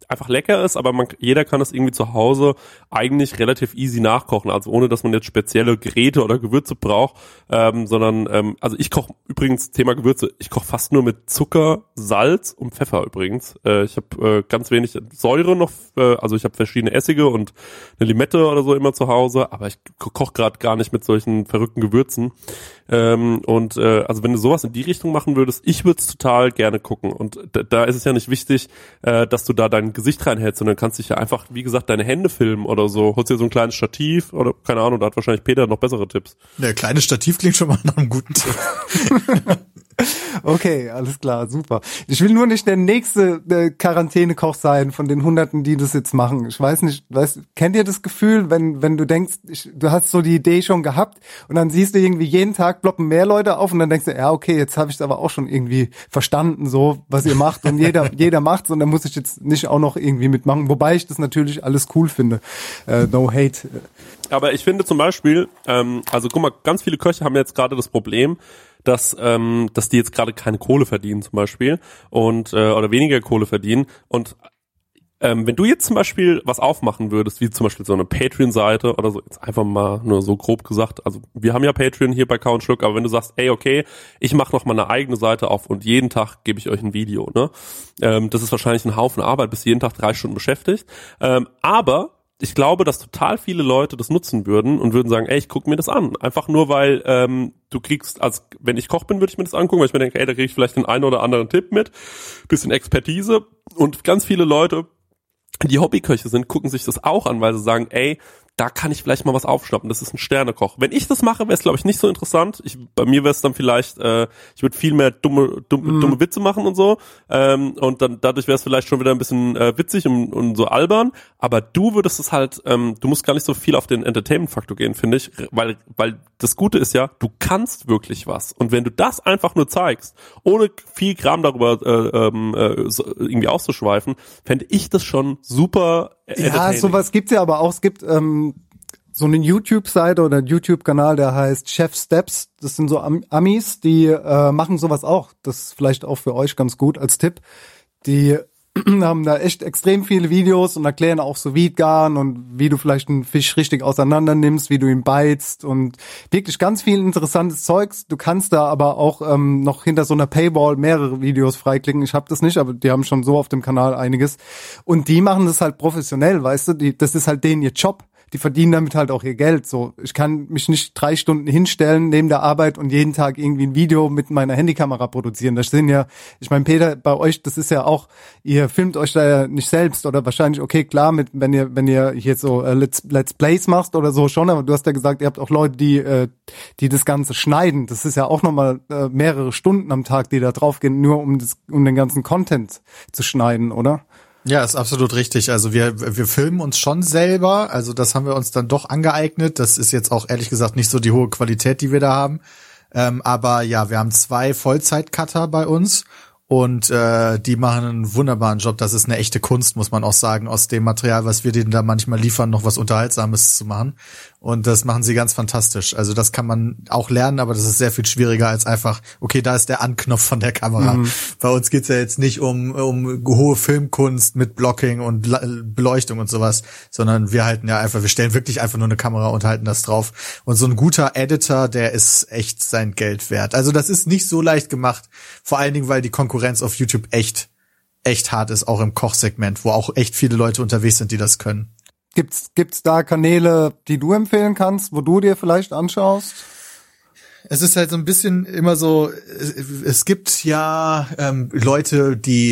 C: einfach lecker ist, aber jeder kann es irgendwie zu Hause eigentlich relativ easy nachkochen, also ohne, dass man jetzt spezielle Geräte oder Gewürze braucht, sondern, also ich koche übrigens, Thema Gewürze, ich koche fast nur mit Zucker, Salz und Pfeffer übrigens. Ich habe ganz wenig Säure noch, also ich habe verschiedene Essige und eine Limette oder so immer zu Hause, aber ich koche gerade gar nicht mit solchen verrückten Gewürzen. Also wenn du sowas in die Richtung machen würdest, ich würde es total gerne gucken. Und da ist es ja nicht wichtig, dass du da dein Gesicht reinhältst, sondern kannst dich ja einfach, wie gesagt, deine Hände filmen oder so. Holst dir so ein kleines Stativ oder keine Ahnung, da hat wahrscheinlich Peter noch bessere Tipps.
H: Der kleine Stativ klingt schon mal nach einem guten Tipp.
D: Okay, alles klar, super. Ich will nur nicht der nächste Quarantänekoch sein von den Hunderten, die das jetzt machen. Ich weiß nicht, kennt ihr das Gefühl, wenn du denkst, du hast so die Idee schon gehabt und dann siehst du irgendwie jeden Tag ploppen mehr Leute auf und dann denkst du, ja okay, jetzt habe ich es aber auch schon irgendwie verstanden, so was ihr macht und jeder macht's und dann muss ich jetzt nicht auch noch irgendwie mitmachen, wobei ich das natürlich alles cool finde. No hate.
C: Aber ich finde zum Beispiel, also guck mal, ganz viele Köche haben jetzt gerade das Problem, dass die jetzt gerade keine Kohle verdienen zum Beispiel und oder weniger Kohle verdienen und wenn du jetzt zum Beispiel was aufmachen würdest, wie zum Beispiel so eine Patreon-Seite oder so, jetzt einfach mal nur so grob gesagt, also wir haben ja Patreon hier bei Kau und Schluck, aber wenn du sagst, ey, okay, ich mache noch mal eine eigene Seite auf und jeden Tag gebe ich euch ein Video, ne? Das ist wahrscheinlich ein Haufen Arbeit, bist jeden Tag 3 Stunden beschäftigt, aber ich glaube, dass total viele Leute das nutzen würden und würden sagen, ey, ich guck mir das an. Einfach nur, weil du kriegst, als wenn ich Koch bin, würde ich mir das angucken, weil ich mir denke, ey, da kriege ich vielleicht den einen oder anderen Tipp mit, bisschen Expertise. Und ganz viele Leute, die Hobbyköche sind, gucken sich das auch an, weil sie sagen, ey, da kann ich vielleicht mal was aufschnappen, das ist ein Sternekoch. Wenn ich das mache, wäre es, glaube ich, nicht so interessant. Bei mir wäre es dann vielleicht, ich würde viel mehr dumme Witze machen und so. Und dann dadurch wäre es vielleicht schon wieder ein bisschen witzig und so albern. Aber du würdest es halt, du musst gar nicht so viel auf den Entertainment-Faktor gehen, finde ich. Weil das Gute ist ja, du kannst wirklich was. Und wenn du das einfach nur zeigst, ohne viel Kram darüber irgendwie auszuschweifen, fände ich das schon super.
D: Ja, sowas gibt's ja aber auch. Es gibt so eine YouTube-Seite oder einen YouTube-Kanal, der heißt Chef Steps. Das sind so Amis, die machen sowas auch. Das ist vielleicht auch für euch ganz gut als Tipp. Die haben da echt extrem viele Videos und erklären auch so Wiedgaren und wie du vielleicht einen Fisch richtig auseinander nimmst, wie du ihn beizt und wirklich ganz viel interessantes Zeugs. Du kannst da aber auch noch hinter so einer Paywall mehrere Videos freiklicken. Ich habe das nicht, aber die haben schon so auf dem Kanal einiges. Und die machen das halt professionell, weißt du? Das ist halt denen ihr Job. Die verdienen damit halt auch ihr Geld. So, ich kann mich nicht 3 Stunden hinstellen neben der Arbeit und jeden Tag irgendwie ein Video mit meiner Handykamera produzieren. Das sind ja, ich meine, Peter, bei euch, das ist ja auch, ihr filmt euch da ja nicht selbst oder wahrscheinlich, okay, klar, wenn ihr hier so Let's Plays machst oder so schon, aber du hast ja gesagt, ihr habt auch Leute, die das Ganze schneiden. Das ist ja auch nochmal mehrere Stunden am Tag, die da draufgehen, nur um den ganzen Content zu schneiden, oder?
H: Ja, ist absolut richtig. Also wir filmen uns schon selber. Also das haben wir uns dann doch angeeignet. Das ist jetzt auch ehrlich gesagt nicht so die hohe Qualität, die wir da haben. Aber ja, wir haben 2 Vollzeit-Cutter bei uns und die machen einen wunderbaren Job. Das ist eine echte Kunst, muss man auch sagen, aus dem Material, was wir denen da manchmal liefern, noch was Unterhaltsames zu machen. Und das machen sie ganz fantastisch. Also das kann man auch lernen, aber das ist sehr viel schwieriger als einfach, okay, da ist der Anknopf von der Kamera. Bei uns geht's ja jetzt nicht um hohe Filmkunst mit Blocking und Beleuchtung und sowas, sondern wir stellen wirklich einfach nur eine Kamera und halten das drauf. Und so ein guter Editor, der ist echt sein Geld wert. Also das ist nicht so leicht gemacht, vor allen Dingen, weil die Konkurrenz auf YouTube echt hart ist, auch im Kochsegment, wo auch echt viele Leute unterwegs sind, die das können.
D: Gibt's da Kanäle, die du empfehlen kannst, wo du dir vielleicht anschaust?
H: Es ist halt so ein bisschen immer so, es gibt ja Leute, die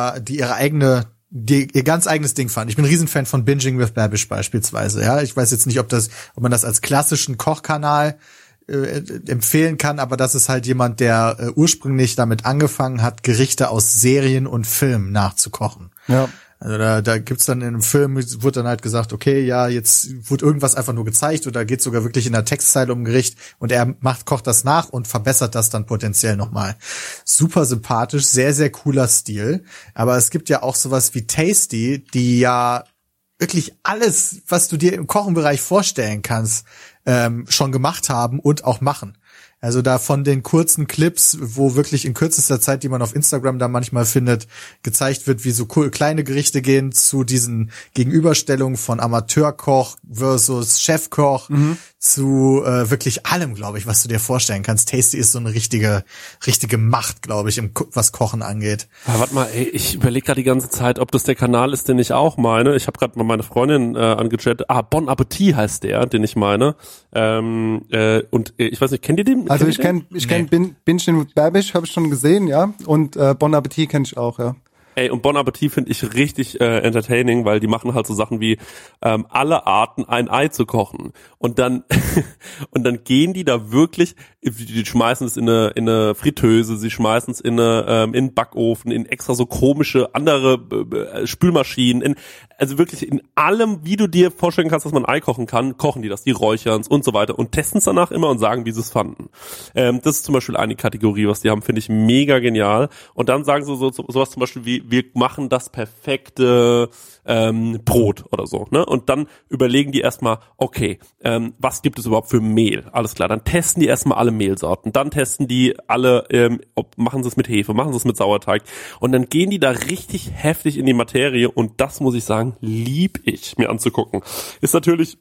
H: ihr ganz eigenes Ding fahren. Ich bin ein Riesenfan von Binging with Babish beispielsweise. Ja, ich weiß jetzt nicht, ob man das als klassischen Kochkanal empfehlen kann, aber das ist halt jemand, der ursprünglich damit angefangen hat, Gerichte aus Serien und Filmen nachzukochen. Ja. Also da gibt's dann in einem Film, wurde dann halt gesagt, okay, ja, jetzt wurde irgendwas einfach nur gezeigt oder geht sogar wirklich in der Textzeile um Gericht und er kocht das nach und verbessert das dann potenziell nochmal. Super sympathisch, sehr, sehr cooler Stil. Aber es gibt ja auch sowas wie Tasty, die ja wirklich alles, was du dir im Kochenbereich vorstellen kannst, schon gemacht haben und auch machen. Also da von den kurzen Clips, wo wirklich in kürzester Zeit, die man auf Instagram da manchmal findet, gezeigt wird, wie so kleine Gerichte gehen, zu diesen Gegenüberstellungen von Amateurkoch versus Chefkoch, zu wirklich allem, glaube ich, was du dir vorstellen kannst. Tasty ist so eine richtige Macht, glaube ich, was Kochen angeht.
C: Aber warte mal, ey, ich überlege gerade die ganze Zeit, ob das der Kanal ist, den ich auch meine. Ich habe gerade mal meine Freundin angechattet. Bon Appetit heißt der, den ich meine. Und ich weiß nicht, kennt ihr den?
D: Also ich kenn Binge with Babish, habe ich schon gesehen, ja. Und Bon Appetit kenne ich auch, ja.
C: Ey, und Bon Appetit finde ich richtig entertaining, weil die machen halt so Sachen wie alle Arten ein Ei zu kochen. Und dann und dann gehen die da wirklich, die schmeißen es in eine Fritteuse, sie schmeißen es in einen Backofen, in extra so komische andere Spülmaschinen, also wirklich in allem, wie du dir vorstellen kannst, dass man ein Ei kochen kann, kochen die das, die räuchern es und so weiter und testen es danach immer und sagen, wie sie es fanden. Das ist zum Beispiel eine Kategorie, was die haben, finde ich mega genial. Und dann sagen sie sowas zum Beispiel wie, wir machen das perfekte Brot oder so, ne? Und dann überlegen die erstmal, okay, was gibt es überhaupt für Mehl? Alles klar, dann testen die erstmal alle Mehlsorten, dann testen die alle, machen sie es mit Hefe, machen sie es mit Sauerteig und dann gehen die da richtig heftig in die Materie und das muss ich sagen, lieb ich mir anzugucken. Ist natürlich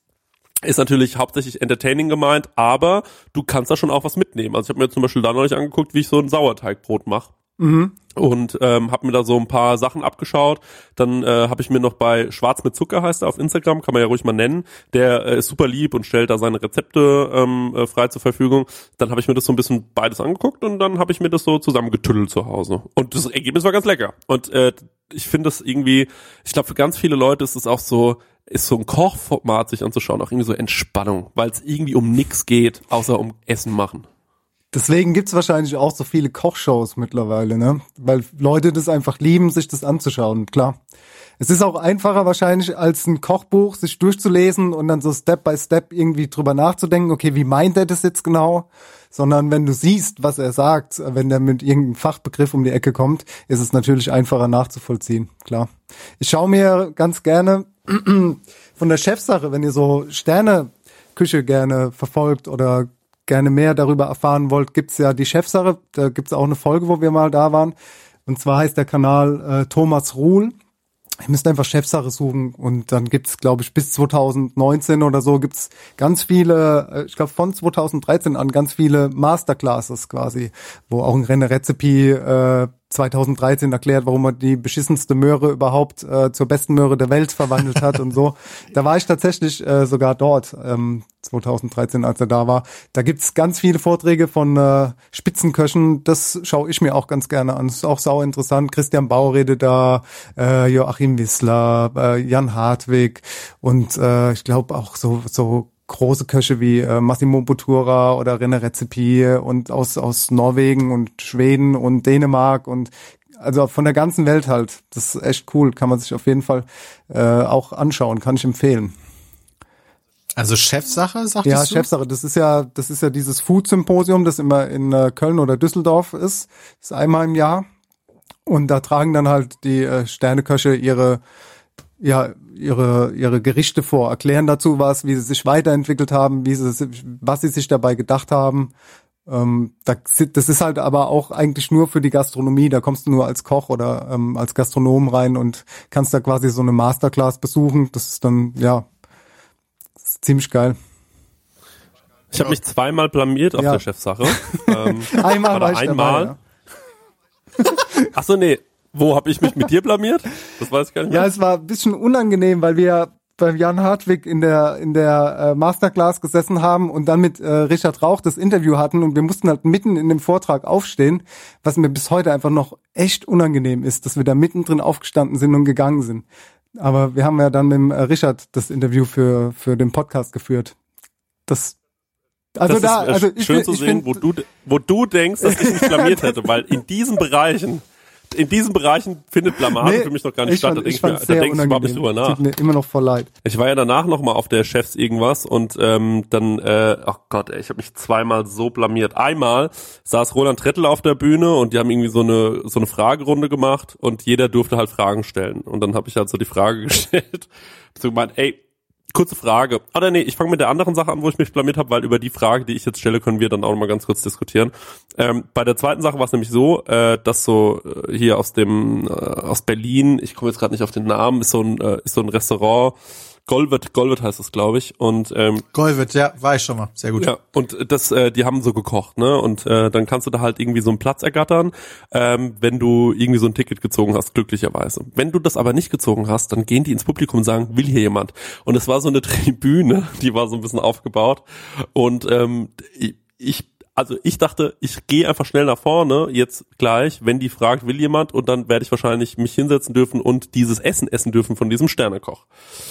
C: hauptsächlich entertaining gemeint, aber du kannst da schon auch was mitnehmen. Also ich habe mir zum Beispiel da neulich angeguckt, wie ich so ein Sauerteigbrot mache. Und habe mir da so ein paar Sachen abgeschaut. Dann habe ich mir noch bei Schwarz mit Zucker, heißt er auf Instagram, kann man ja ruhig mal nennen. Der ist super lieb und stellt da seine Rezepte frei zur Verfügung. Dann habe ich mir das so ein bisschen beides angeguckt und dann habe ich mir das so zusammengetüdelt zu Hause. Und das Ergebnis war ganz lecker. Und ich finde das irgendwie, ich glaube für ganz viele Leute ist es auch so, ist so ein Kochformat sich anzuschauen, auch irgendwie so Entspannung, weil es irgendwie um nichts geht, außer um Essen machen.
D: Deswegen gibt's wahrscheinlich auch so viele Kochshows mittlerweile, ne? Weil Leute das einfach lieben, sich das anzuschauen, klar. Es ist auch einfacher wahrscheinlich, als ein Kochbuch sich durchzulesen und dann so Step by Step irgendwie drüber nachzudenken, okay, wie meint er das jetzt genau? Sondern wenn du siehst, was er sagt, wenn der mit irgendeinem Fachbegriff um die Ecke kommt, ist es natürlich einfacher nachzuvollziehen, klar. Ich schaue mir ganz gerne von der Chefsache, wenn ihr so Sterneküche gerne verfolgt oder gerne mehr darüber erfahren wollt, gibt's ja die Chefsache. Da gibt's auch eine Folge, wo wir mal da waren. Und zwar heißt der Kanal Thomas Ruhl. Ihr müsst einfach Chefsache suchen und dann gibt's, glaube ich, bis 2019 oder so gibt's ganz viele, ich glaube von 2013 an ganz viele Masterclasses quasi, wo auch ein René Rezepi 2013 erklärt, warum er die beschissenste Möhre überhaupt zur besten Möhre der Welt verwandelt hat und so. Da war ich tatsächlich sogar dort 2013, als er da war. Da gibt's ganz viele Vorträge von Spitzenköchen. Das schaue ich mir auch ganz gerne an. Das ist auch sau interessant. Christian Bau redet da, Joachim Wissler, Jan Hartwig und ich glaube auch so große Köche wie Massimo Bottura oder René Rezepi und aus Norwegen und Schweden und Dänemark und also von der ganzen Welt halt. Das ist echt cool, kann man sich auf jeden Fall auch anschauen, kann ich empfehlen.
H: Also Chefsache, sagtest du?
D: Ja, Chefsache, das ist ja dieses Food-Symposium, das immer in Köln oder Düsseldorf ist. Das ist einmal im Jahr. Und da tragen dann halt die Sterneköche ihre Gerichte vor, erklären dazu was, wie sie sich weiterentwickelt haben, was sie sich dabei gedacht haben. Das ist halt aber auch eigentlich nur für die Gastronomie, da kommst du nur als Koch oder als Gastronom rein und kannst da quasi so eine Masterclass besuchen. Das ist dann, das ist ziemlich geil.
C: Ich habe mich zweimal blamiert auf der Chefsache.
D: Einmal war ich dabei, ja.
C: Ach so, nee. Wo habe ich mich mit dir blamiert? Das weiß ich gar nicht mehr.
D: Ja, es war ein bisschen unangenehm, weil wir beim Jan Hartwig in der Masterclass gesessen haben und dann mit Richard Rauch das Interview hatten und wir mussten halt mitten in dem Vortrag aufstehen, was mir bis heute einfach noch echt unangenehm ist, dass wir da mittendrin aufgestanden sind und gegangen sind. Aber wir haben ja dann mit Richard das Interview für den Podcast geführt.
C: Schön zu sehen, wo du denkst, dass ich mich blamiert hätte, weil in diesen Bereichen findet Blamage für mich noch gar nicht statt. Da denke ich überhaupt nicht drüber nach.
D: Tut mir immer noch voll leid.
C: Ich war ja danach nochmal auf der Chefs irgendwas und dann, ach Gott, ey, ich habe mich zweimal so blamiert. Einmal saß Roland Trettel auf der Bühne und die haben irgendwie so eine Fragerunde gemacht und jeder durfte halt Fragen stellen. Und dann habe ich halt so die Frage gestellt, so gemeint, ey, kurze Frage. Oder nee, ich fange mit der anderen Sache an, wo ich mich blamiert habe, weil über die Frage, die ich jetzt stelle, können wir dann auch noch mal ganz kurz diskutieren. Bei der zweiten Sache war es nämlich so, dass so hier aus Berlin, ich komme jetzt gerade nicht auf den Namen, ist so ein Restaurant, Golvet heißt es, glaube ich. Und
H: Golvet, ja, war ich schon mal. Sehr gut.
C: Ja, und die haben so gekocht, ne? Und dann kannst du da halt irgendwie so einen Platz ergattern, wenn du irgendwie so ein Ticket gezogen hast, glücklicherweise. Wenn du das aber nicht gezogen hast, dann gehen die ins Publikum und sagen, will hier jemand? Und es war so eine Tribüne, die war so ein bisschen aufgebaut. Und ich dachte, ich gehe einfach schnell nach vorne, jetzt gleich, wenn die fragt, will jemand? Und dann werde ich wahrscheinlich mich hinsetzen dürfen und dieses Essen essen dürfen von diesem Sternekoch.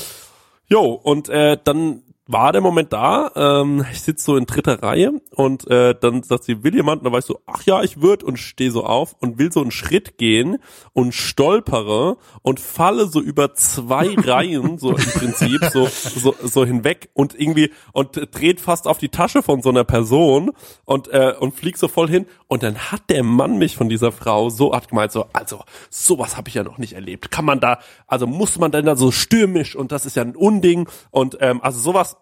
C: Jo, und dann war der Moment da, ich sitze so in 3. Reihe und dann sagt sie, will jemand? Und dann war ich so, ach ja, ich würde, und stehe so auf und will so einen Schritt gehen und stolpere und falle so über 2 Reihen, so im Prinzip, so hinweg und irgendwie, und dreht fast auf die Tasche von so einer Person und fliegt so voll hin. Und dann hat der Mann mich von dieser Frau so hat gemeint, so, also sowas habe ich ja noch nicht erlebt. Kann man da, also muss man denn da so stürmisch, und das ist ja ein Unding, und also sowas,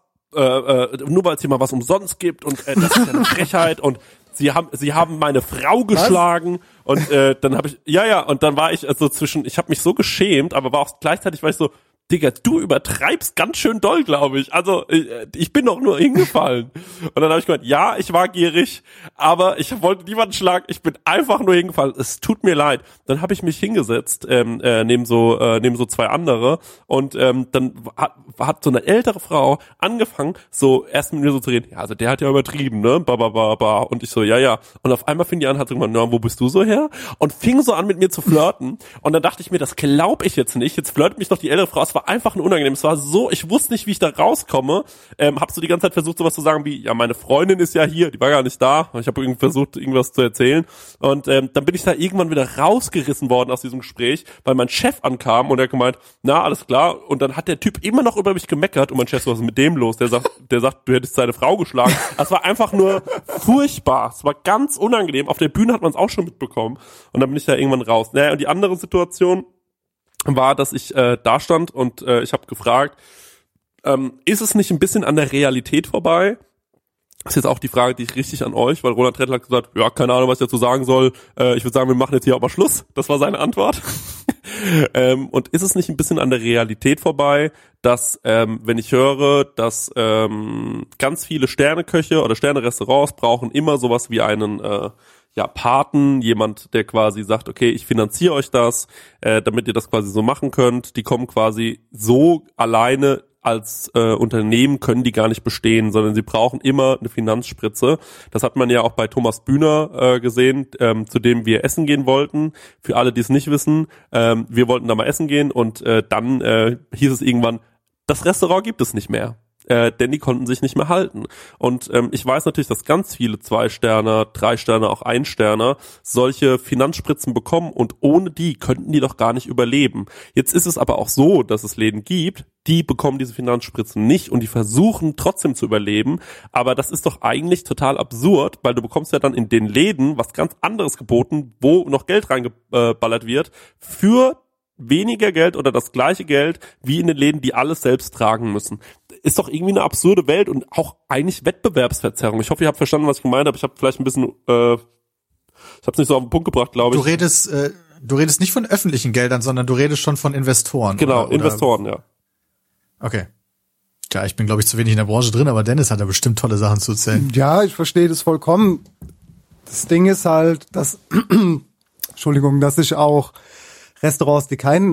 C: nur weil es hier mal was umsonst gibt, und das ist ja eine Frechheit, und sie haben meine Frau geschlagen. Was? Und dann habe ich, und dann war ich also ich habe mich so geschämt, aber war auch gleichzeitig war ich so, Digga, du übertreibst ganz schön doll, glaube ich. Also ich bin doch nur hingefallen. Und dann habe ich gemeint, ja, ich war gierig, aber ich wollte niemanden schlagen. Ich bin einfach nur hingefallen. Es tut mir leid. Dann habe ich mich hingesetzt neben so 2 andere, und dann hat so eine ältere Frau angefangen, so erst mit mir so zu reden. Ja, also der hat ja übertrieben, ne? Und ich so, ja. Und auf einmal fing die an, hat so gemeint, na, wo bist du so her? Und fing so an, mit mir zu flirten. Und dann dachte ich mir, das glaub ich jetzt nicht. Jetzt flirtet mich doch die ältere Frau. Es war einfach nur unangenehm. Es war so, ich wusste nicht, wie ich da rauskomme. Hab so die ganze Zeit versucht, sowas zu sagen wie, ja, meine Freundin ist ja hier, die war gar nicht da. Ich habe irgendwie versucht, irgendwas zu erzählen. Und dann bin ich da irgendwann wieder rausgerissen worden aus diesem Gespräch, weil mein Chef ankam und er hat gemeint, na, alles klar. Und dann hat der Typ immer noch über mich gemeckert, und mein Chef so, was ist mit dem los? Der sagt, du hättest seine Frau geschlagen. Das war einfach nur furchtbar. Es war ganz unangenehm. Auf der Bühne hat man es auch schon mitbekommen. Und dann bin ich da irgendwann raus. Naja, und die andere Situation war, dass ich da stand und ich habe gefragt, ist es nicht ein bisschen an der Realität vorbei? Das ist jetzt auch die Frage, die ich richtig an euch, weil Roland Trettler hat gesagt, ja, keine Ahnung, was ich dazu sagen soll. Ich würde sagen, wir machen jetzt hier aber Schluss. Das war seine Antwort. Und ist es nicht ein bisschen an der Realität vorbei, dass, wenn ich höre, dass ganz viele Sterneköche oder Sternerestaurants brauchen immer sowas wie einen Paten, jemand, der quasi sagt, okay, ich finanziere euch das, damit ihr das quasi so machen könnt. Die kommen quasi so alleine als Unternehmen, können die gar nicht bestehen, sondern sie brauchen immer eine Finanzspritze. Das hat man ja auch bei Thomas Bühner gesehen, zu dem wir essen gehen wollten. Für alle, die es nicht wissen, wir wollten da mal essen gehen, und dann hieß es irgendwann, das Restaurant gibt es nicht mehr. Denn die konnten sich nicht mehr halten. Und ich weiß natürlich, dass ganz viele 2-Sterner, 3-Sterner, auch 1-Sterner solche Finanzspritzen bekommen, und ohne die könnten die doch gar nicht überleben. Jetzt ist es aber auch so, dass es Läden gibt, die bekommen diese Finanzspritzen nicht, und die versuchen trotzdem zu überleben. Aber das ist doch eigentlich total absurd, weil du bekommst ja dann in den Läden was ganz anderes geboten, wo noch Geld reingeballert wird, für weniger Geld oder das gleiche Geld wie in den Läden, die alles selbst tragen müssen. Ist doch irgendwie eine absurde Welt und auch eigentlich Wettbewerbsverzerrung. Ich hoffe, ihr habt verstanden, was ich gemeint habe. Ich habe vielleicht ein bisschen, ich habe es nicht so auf den Punkt gebracht, glaube ich.
H: Du redest nicht von öffentlichen Geldern, sondern du redest schon von Investoren.
C: Genau, oder? Investoren, ja.
H: Okay. Tja, ich bin, glaube ich, zu wenig in der Branche drin, aber Dennis hat da bestimmt tolle Sachen zu erzählen.
D: Ja, ich verstehe das vollkommen. Das Ding ist halt, dass, dass ich auch Restaurants, die keinen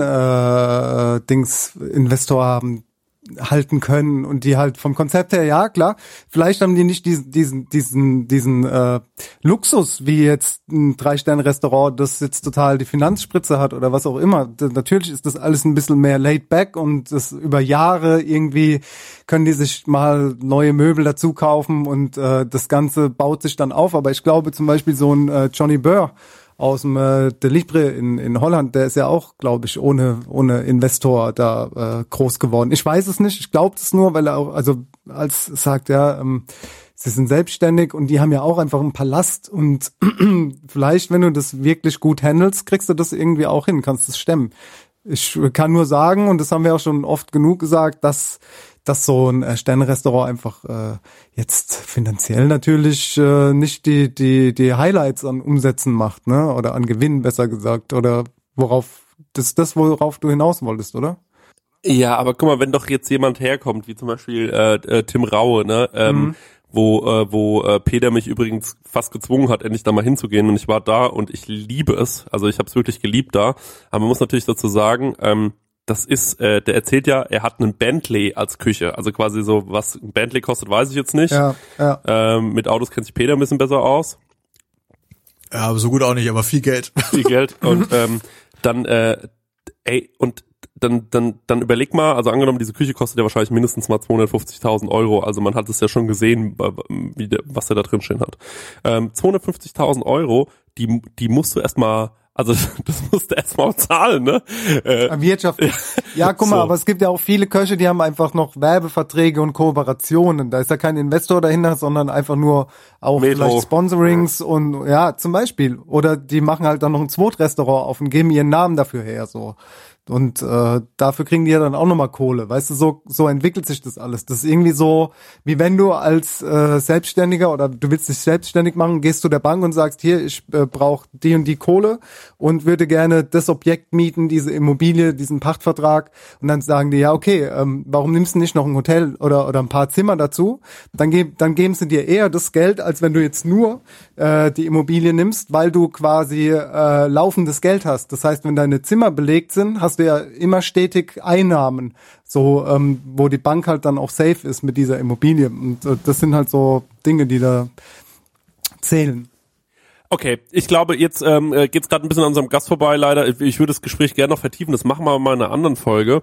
D: Investor haben, halten können, und die halt vom Konzept her, ja klar, vielleicht haben die nicht diesen Luxus wie jetzt ein 3-Sterne-Restaurant, das jetzt total die Finanzspritze hat oder was auch immer. Natürlich ist das alles ein bisschen mehr laid back, und das über Jahre irgendwie können die sich mal neue Möbel dazu kaufen, und das Ganze baut sich dann auf. Aber ich glaube zum Beispiel so ein Johnny Burr aus dem De Libre in Holland, der ist ja auch, glaube ich, ohne Investor da groß geworden. Ich weiß es nicht, ich glaube es nur, weil er auch, also als sagt, ja, sie sind selbstständig, und die haben ja auch einfach einen Palast, und vielleicht, wenn du das wirklich gut handelst, kriegst du das irgendwie auch hin, kannst es stemmen. Ich kann nur sagen, und das haben wir auch schon oft genug gesagt, dass dass so ein Sterne-Restaurant einfach jetzt finanziell natürlich nicht die Highlights an Umsätzen macht, ne? Oder an Gewinn, besser gesagt. Oder worauf du hinaus wolltest, oder?
C: Ja, aber guck mal, wenn doch jetzt jemand herkommt, wie zum Beispiel Tim Raue, ne? Wo Peter mich übrigens fast gezwungen hat, endlich da mal hinzugehen, und ich war da und ich liebe es. Also ich habe es wirklich geliebt da. Aber man muss natürlich dazu sagen, das ist, der erzählt ja, er hat einen Bentley als Küche. Also quasi so, was ein Bentley kostet, weiß ich jetzt nicht.
D: Ja.
C: Mit Autos kennt sich Peter ein bisschen besser aus.
H: Ja, aber so gut auch nicht, aber viel Geld.
C: Viel Geld. Und dann überleg mal, also angenommen, diese Küche kostet ja wahrscheinlich mindestens mal 250.000 Euro, also man hat es ja schon gesehen, was der da drin stehen hat. 250.000 Euro, die musst du erstmal, also das musst du erstmal zahlen, ne?
D: Wirtschaft. Ja, guck mal,
C: So.
D: aber es gibt ja auch viele Köche, die haben einfach noch Werbeverträge und Kooperationen. Da ist ja kein Investor dahinter, sondern einfach nur auch
C: Metro.
D: vielleicht Sponsorings und ja, zum Beispiel. Oder die machen halt dann noch ein Zweitrestaurant auf und geben ihren Namen dafür her, so. Und dafür kriegen die ja dann auch nochmal Kohle. Weißt du, so entwickelt sich das alles. Das ist irgendwie so, wie wenn du als Selbstständiger oder du willst dich selbstständig machen, gehst zu der Bank und sagst, hier, ich brauche die und die Kohle und würde gerne das Objekt mieten, diese Immobilie, diesen Pachtvertrag. Und dann sagen die, ja, okay, warum nimmst du nicht noch ein Hotel oder ein paar Zimmer dazu? Dann geben sie dir eher das Geld, als wenn du jetzt nur die Immobilie nimmst, weil du quasi laufendes Geld hast. Das heißt, wenn deine Zimmer belegt sind, hast du ja immer stetig Einnahmen, so wo die Bank halt dann auch safe ist mit dieser Immobilie. Und das sind halt so Dinge, die da zählen.
C: Okay, ich glaube, jetzt geht's gerade ein bisschen an unserem Gast vorbei, leider. Ich würde das Gespräch gerne noch vertiefen, das machen wir mal in einer anderen Folge,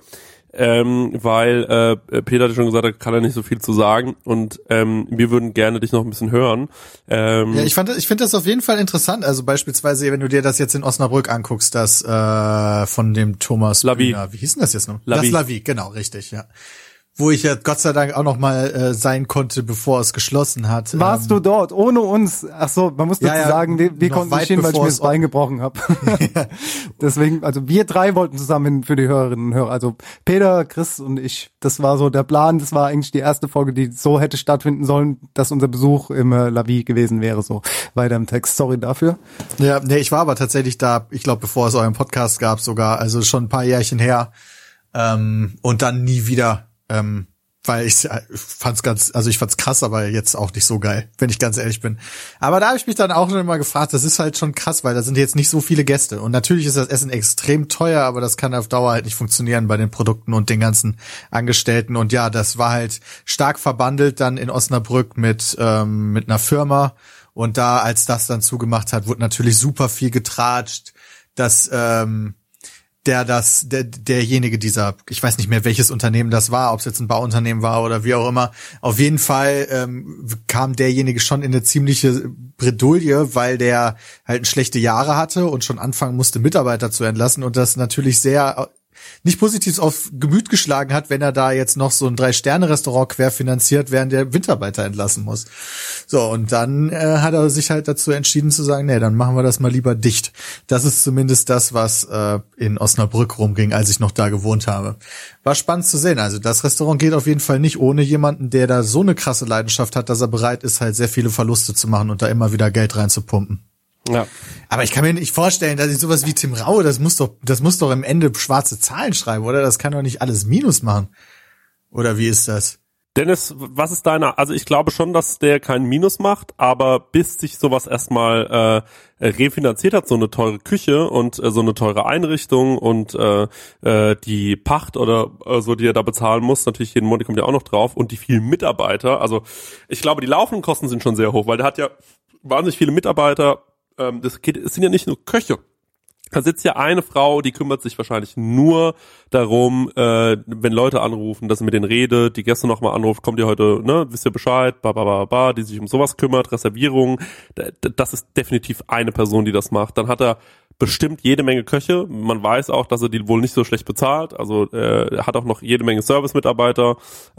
C: weil Peter hat schon gesagt, da kann er nicht so viel zu sagen, und wir würden gerne dich noch ein bisschen hören.
H: Ja, ich finde das auf jeden Fall interessant. Also beispielsweise, wenn du dir das jetzt in Osnabrück anguckst, das von dem Thomas
C: Lavie.
H: Bühner, wie hieß denn das jetzt noch?
C: Lavie.
H: Das Lavie, genau, richtig, ja. Wo ich ja Gott sei Dank auch noch mal sein konnte, bevor es geschlossen hat.
D: Warst du dort ohne uns? Ach so, man muss dazu sagen, wir
H: noch
D: konnten
H: weit
D: nicht hin, weil ich
H: bevor
D: mir
H: es
D: das Bein gebrochen habe. Deswegen, also wir drei wollten zusammen hin für die Hörerinnen und Hörer. Also Peter, Chris und ich. Das war so der Plan. Das war eigentlich die erste Folge, die so hätte stattfinden sollen, dass unser Besuch im Lavie gewesen wäre. So weiter im Text. Sorry dafür.
H: Ja, nee, ich war aber tatsächlich da, ich glaube, bevor es euren Podcast gab sogar, also schon ein paar Jährchen her. Und dann nie wieder, weil ich fand's krass, aber jetzt auch nicht so geil, wenn ich ganz ehrlich bin. Aber da habe ich mich dann auch schon immer gefragt, das ist halt schon krass, weil da sind jetzt nicht so viele Gäste. Und natürlich ist das Essen extrem teuer, aber das kann auf Dauer halt nicht funktionieren bei den Produkten und den ganzen Angestellten. Und ja, das war halt stark verbandelt dann in Osnabrück mit einer Firma. Und da, als das dann zugemacht hat, wurde natürlich super viel getratscht, dass derjenige dieser, ich weiß nicht mehr, welches Unternehmen das war, ob es jetzt ein Bauunternehmen war oder wie auch immer, auf jeden Fall kam derjenige schon in eine ziemliche Bredouille, weil der halt schlechte Jahre hatte und schon anfangen musste, Mitarbeiter zu entlassen, und das natürlich sehr nicht positiv auf Gemüt geschlagen hat, wenn er da jetzt noch so ein 3-Sterne-Restaurant querfinanziert, während der Mitarbeiter entlassen muss. So, und dann hat er sich halt dazu entschieden zu sagen, nee, dann machen wir das mal lieber dicht. Das ist zumindest das, was in Osnabrück rumging, als ich noch da gewohnt habe. War spannend zu sehen. Also das Restaurant geht auf jeden Fall nicht ohne jemanden, der da so eine krasse Leidenschaft hat, dass er bereit ist, halt sehr viele Verluste zu machen und da immer wieder Geld reinzupumpen.
C: Ja.
H: Aber ich kann mir nicht vorstellen, dass ich sowas wie Tim Raue, das muss doch im Ende schwarze Zahlen schreiben, oder? Das kann doch nicht alles Minus machen. Oder wie ist das?
C: Dennis, was ist also ich glaube schon, dass der keinen Minus macht, aber bis sich sowas erstmal refinanziert hat, so eine teure Küche und so eine teure Einrichtung und die Pacht oder so, die er da bezahlen muss, natürlich jeden Monat kommt ja auch noch drauf, und die vielen Mitarbeiter, also ich glaube, die laufenden Kosten sind schon sehr hoch, weil der hat ja wahnsinnig viele Mitarbeiter. Es sind ja nicht nur Köche. Da sitzt ja eine Frau, die kümmert sich wahrscheinlich nur darum, wenn Leute anrufen, dass sie mit denen redet, die Gäste nochmal anruft, kommt ihr heute, ne, wisst ihr Bescheid, die sich um sowas kümmert, Reservierungen. Das ist definitiv eine Person, die das macht. Dann hat er bestimmt jede Menge Köche. Man weiß auch, dass er die wohl nicht so schlecht bezahlt. Also er hat auch noch jede Menge Service-Mitarbeiter.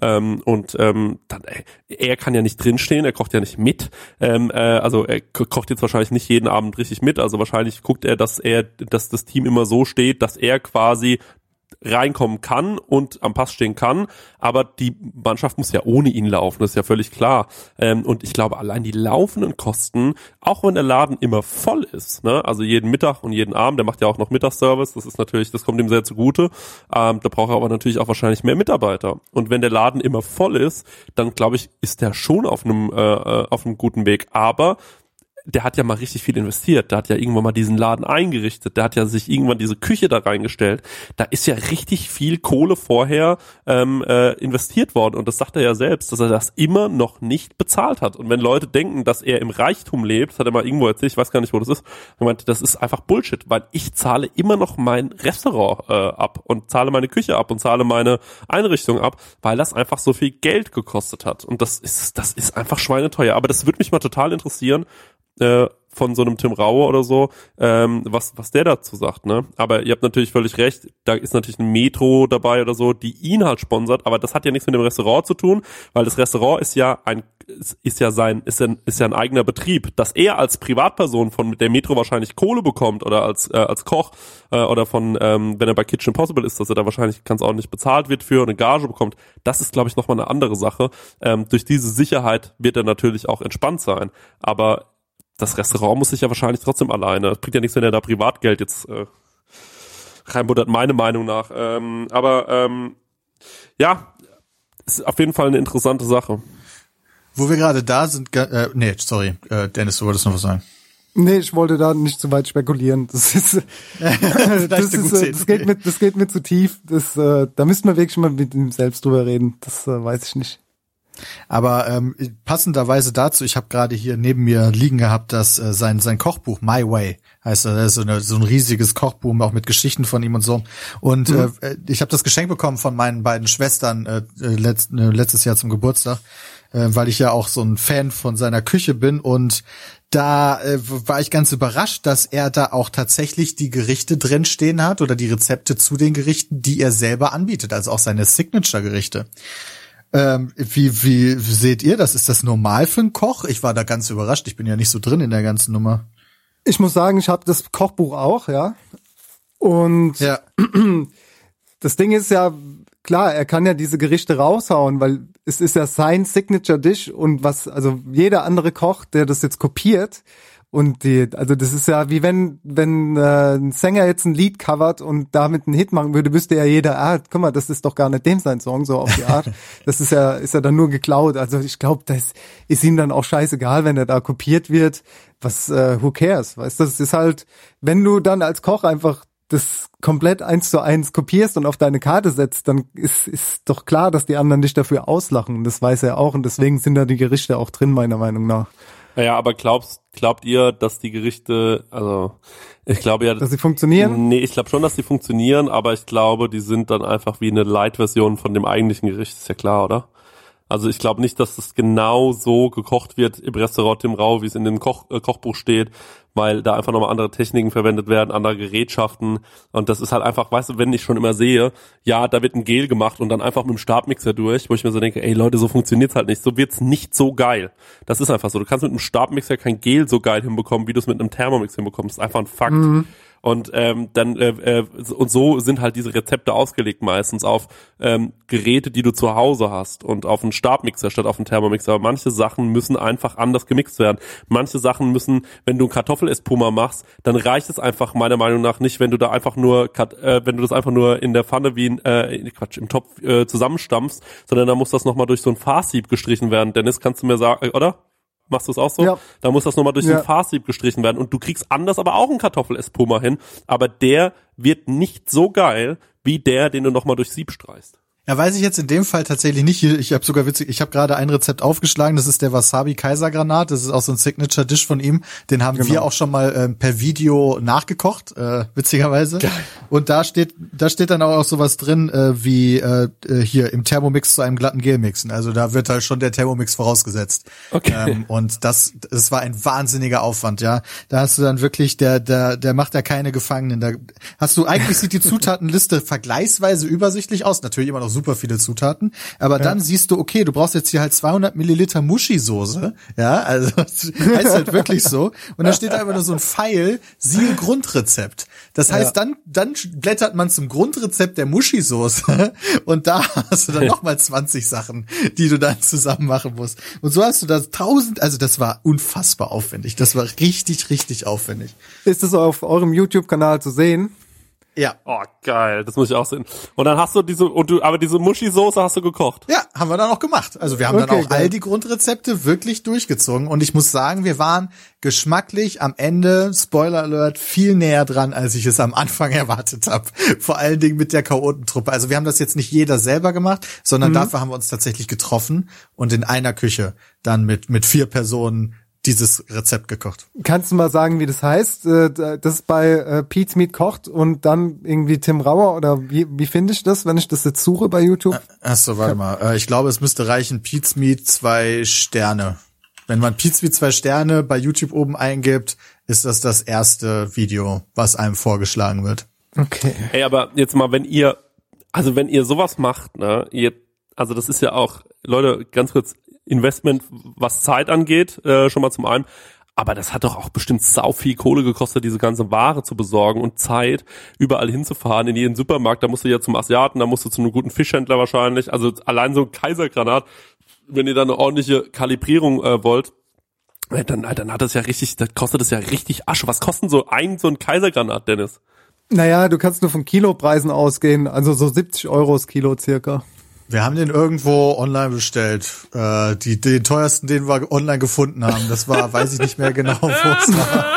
C: Er kann ja nicht drinstehen, er kocht ja nicht mit. Also er kocht jetzt wahrscheinlich nicht jeden Abend richtig mit. Also wahrscheinlich guckt er, dass das Team immer so steht, dass er quasi reinkommen kann und am Pass stehen kann, aber die Mannschaft muss ja ohne ihn laufen, das ist ja völlig klar. Und ich glaube, allein die laufenden Kosten, auch wenn der Laden immer voll ist, ne, also jeden Mittag und jeden Abend, der macht ja auch noch Mittagsservice, das ist natürlich, das kommt ihm sehr zugute, da braucht er aber natürlich auch wahrscheinlich mehr Mitarbeiter. Und wenn der Laden immer voll ist, dann glaube ich, ist der schon auf einem guten Weg, aber der hat ja mal richtig viel investiert, der hat ja irgendwann mal diesen Laden eingerichtet, der hat ja sich irgendwann diese Küche da reingestellt, da ist ja richtig viel Kohle vorher investiert worden und das sagt er ja selbst, dass er das immer noch nicht bezahlt hat. Und wenn Leute denken, dass er im Reichtum lebt, das hat er mal irgendwo erzählt, ich weiß gar nicht, wo das ist, er meinte, das ist einfach Bullshit, weil ich zahle immer noch mein Restaurant ab und zahle meine Küche ab und zahle meine Einrichtung ab, weil das einfach so viel Geld gekostet hat. Und das ist einfach schweineteuer. Aber das würde mich mal total interessieren, von so einem Tim Raue oder so, was der dazu sagt, ne? Aber ihr habt natürlich völlig recht, da ist natürlich ein Metro dabei oder so, die ihn halt sponsert, aber das hat ja nichts mit dem Restaurant zu tun, weil das Restaurant ist ja ein eigener Betrieb, dass er als Privatperson von der Metro wahrscheinlich Kohle bekommt oder als Koch oder von wenn er bei Kitchen Impossible ist, dass er da wahrscheinlich ganz ordentlich bezahlt wird für eine Gage bekommt, das ist, glaube ich, nochmal eine andere Sache. Durch diese Sicherheit wird er natürlich auch entspannt sein, aber das Restaurant muss sich ja wahrscheinlich trotzdem alleine. Es bringt ja nichts, wenn er da Privatgeld jetzt reinbuttert, meiner Meinung nach. Ja, ist auf jeden Fall eine interessante Sache.
H: Wo wir gerade da sind, Dennis, du wolltest noch was sagen.
D: Nee, ich wollte da nicht zu weit spekulieren. Das ist, das geht mir zu tief. Da müssten wir wirklich mal mit ihm selbst drüber reden. Das weiß ich nicht.
H: Aber passenderweise dazu, ich habe gerade hier neben mir liegen gehabt, dass sein Kochbuch My Way heißt, das ist so ein riesiges Kochbuch auch mit Geschichten von ihm und so. Und ich habe das Geschenk bekommen von meinen beiden Schwestern letztes Jahr zum Geburtstag, weil ich ja auch so ein Fan von seiner Küche bin. Und da war ich ganz überrascht, dass er da auch tatsächlich die Gerichte drin stehen hat oder die Rezepte zu den Gerichten, die er selber anbietet, also auch seine Signature-Gerichte. Wie seht ihr das? Ist das normal für einen Koch? Ich war da ganz überrascht. Ich bin ja nicht so drin in der ganzen Nummer.
D: Ich muss sagen, ich habe das Kochbuch auch, ja. Und ja. Das Ding ist ja, klar, er kann ja diese Gerichte raushauen, weil es ist ja sein Signature-Dish und also jeder andere Koch, der das jetzt kopiert, und also das ist ja wie wenn ein Sänger jetzt ein Lied covert und damit einen Hit machen würde, wüsste ja jeder, guck mal, das ist doch gar nicht dem sein Song, so auf die Art. Das ist ja dann nur geklaut. Also ich glaube, das ist ihm dann auch scheißegal, wenn er da kopiert wird. Who cares? Weißt du, das ist halt, wenn du dann als Koch einfach das komplett 1:1 kopierst und auf deine Karte setzt, dann ist doch klar, dass die anderen dich dafür auslachen. Und das weiß er auch und deswegen sind da die Gerichte auch drin, meiner Meinung nach.
C: Ja, aber glaubt ihr, dass die Gerichte, also ich glaube ja,
D: dass sie funktionieren?
C: Nee, ich glaube schon, dass sie funktionieren, aber ich glaube, die sind dann einfach wie eine Light-Version von dem eigentlichen Gericht, ist ja klar, oder? Also ich glaube nicht, dass das genau so gekocht wird im Restaurant Tim Rau, wie es in dem Kochbuch steht, weil da einfach nochmal andere Techniken verwendet werden, andere Gerätschaften und das ist halt einfach, weißt du, wenn ich schon immer sehe, ja, da wird ein Gel gemacht und dann einfach mit dem Stabmixer durch, wo ich mir so denke, ey Leute, so funktioniert's halt nicht, so wird's nicht so geil. Das ist einfach so, du kannst mit einem Stabmixer kein Gel so geil hinbekommen, wie du es mit einem Thermomix hinbekommst, das ist einfach ein Fakt. Mhm. Und und so sind halt diese Rezepte ausgelegt meistens auf Geräte, die du zu Hause hast und auf einen Stabmixer statt auf einen Thermomixer. Aber manche Sachen müssen einfach anders gemixt werden. Manche Sachen müssen, wenn du einen Kartoffelespuma machst, dann reicht es einfach meiner Meinung nach nicht, wenn du da einfach nur, wenn du das einfach nur in der Pfanne wie im Topf zusammenstampfst, sondern da muss das nochmal durch so ein Fahrsieb gestrichen werden. Dennis, kannst du mir sagen, oder? Machst du es auch so? Ja. Da muss das nochmal durch den Fahrsieb gestrichen werden. Und du kriegst anders aber auch einen Kartoffelespuma hin. Aber der wird nicht so geil, wie der, den du nochmal durch Sieb streichst.
H: Ja, weiß ich jetzt in dem Fall tatsächlich nicht. Ich habe gerade ein Rezept aufgeschlagen, das ist der Wasabi Kaisergranat, das ist auch so ein Signature Dish von ihm. Den haben wir auch schon mal per Video nachgekocht, witzigerweise. Geil. Und da steht dann auch sowas drin, wie hier im Thermomix zu einem glatten Gel mixen. Also da wird halt schon der Thermomix vorausgesetzt. Okay. Und das war ein wahnsinniger Aufwand, ja. Da hast du dann wirklich, der macht ja keine Gefangenen. Da hast du, eigentlich sieht die Zutatenliste vergleichsweise übersichtlich aus, natürlich immer noch super viele Zutaten. Aber dann siehst du, okay, du brauchst jetzt hier halt 200 Milliliter Muschi-Soße. Ja, also das heißt halt wirklich so. Und da steht einfach nur so ein Pfeil, siehe Grundrezept. Das heißt, dann blättert man zum Grundrezept der Muschi-Soße und da hast du dann nochmal 20 Sachen, die du dann zusammen machen musst. Und so hast du da 1000, also das war unfassbar aufwendig. Das war richtig, richtig aufwendig.
D: Ist es auf eurem YouTube-Kanal zu sehen?
H: Ja.
C: Oh, geil, das muss ich auch sehen. Und dann hast du aber diese Muschi-Soße hast du gekocht.
H: Ja, haben wir dann auch gemacht. Also wir haben dann auch all die Grundrezepte wirklich durchgezogen und ich muss sagen, wir waren geschmacklich am Ende, Spoiler Alert, viel näher dran, als ich es am Anfang erwartet habe. Vor allen Dingen mit der Chaotentruppe. Also wir haben das jetzt nicht jeder selber gemacht, sondern dafür haben wir uns tatsächlich getroffen und in einer Küche dann mit 4 Personen dieses Rezept gekocht.
D: Kannst du mal sagen, wie das heißt? Das ist bei Pete's Meat kocht und dann irgendwie Tim Rauer oder wie finde ich das, wenn ich das jetzt suche bei YouTube?
H: Achso, warte mal. Ich glaube, es müsste reichen Pete's Meat 2 Sterne. Wenn man Pete's Meat 2 Sterne bei YouTube oben eingibt, ist das erste Video, was einem vorgeschlagen wird.
D: Okay.
C: Ey, aber jetzt mal, wenn ihr sowas macht, ne, also das ist ja auch, Leute, ganz kurz, Investment, was Zeit angeht, schon mal zum einen. Aber das hat doch auch bestimmt sau viel Kohle gekostet, diese ganze Ware zu besorgen und Zeit, überall hinzufahren, in jeden Supermarkt. Da musst du ja zum Asiaten, da musst du zu einem guten Fischhändler wahrscheinlich. Also allein so ein Kaisergranat, wenn ihr da eine ordentliche Kalibrierung wollt, dann hat das ja richtig, das kostet das ja richtig Asche. Was kostet so ein Kaisergranat, Dennis?
D: Naja, du kannst nur von Kilopreisen ausgehen, also so 70 € das Kilo circa.
H: Wir haben den irgendwo online bestellt. Den teuersten, den wir online gefunden haben. Das war, weiß ich nicht mehr genau, wo es war.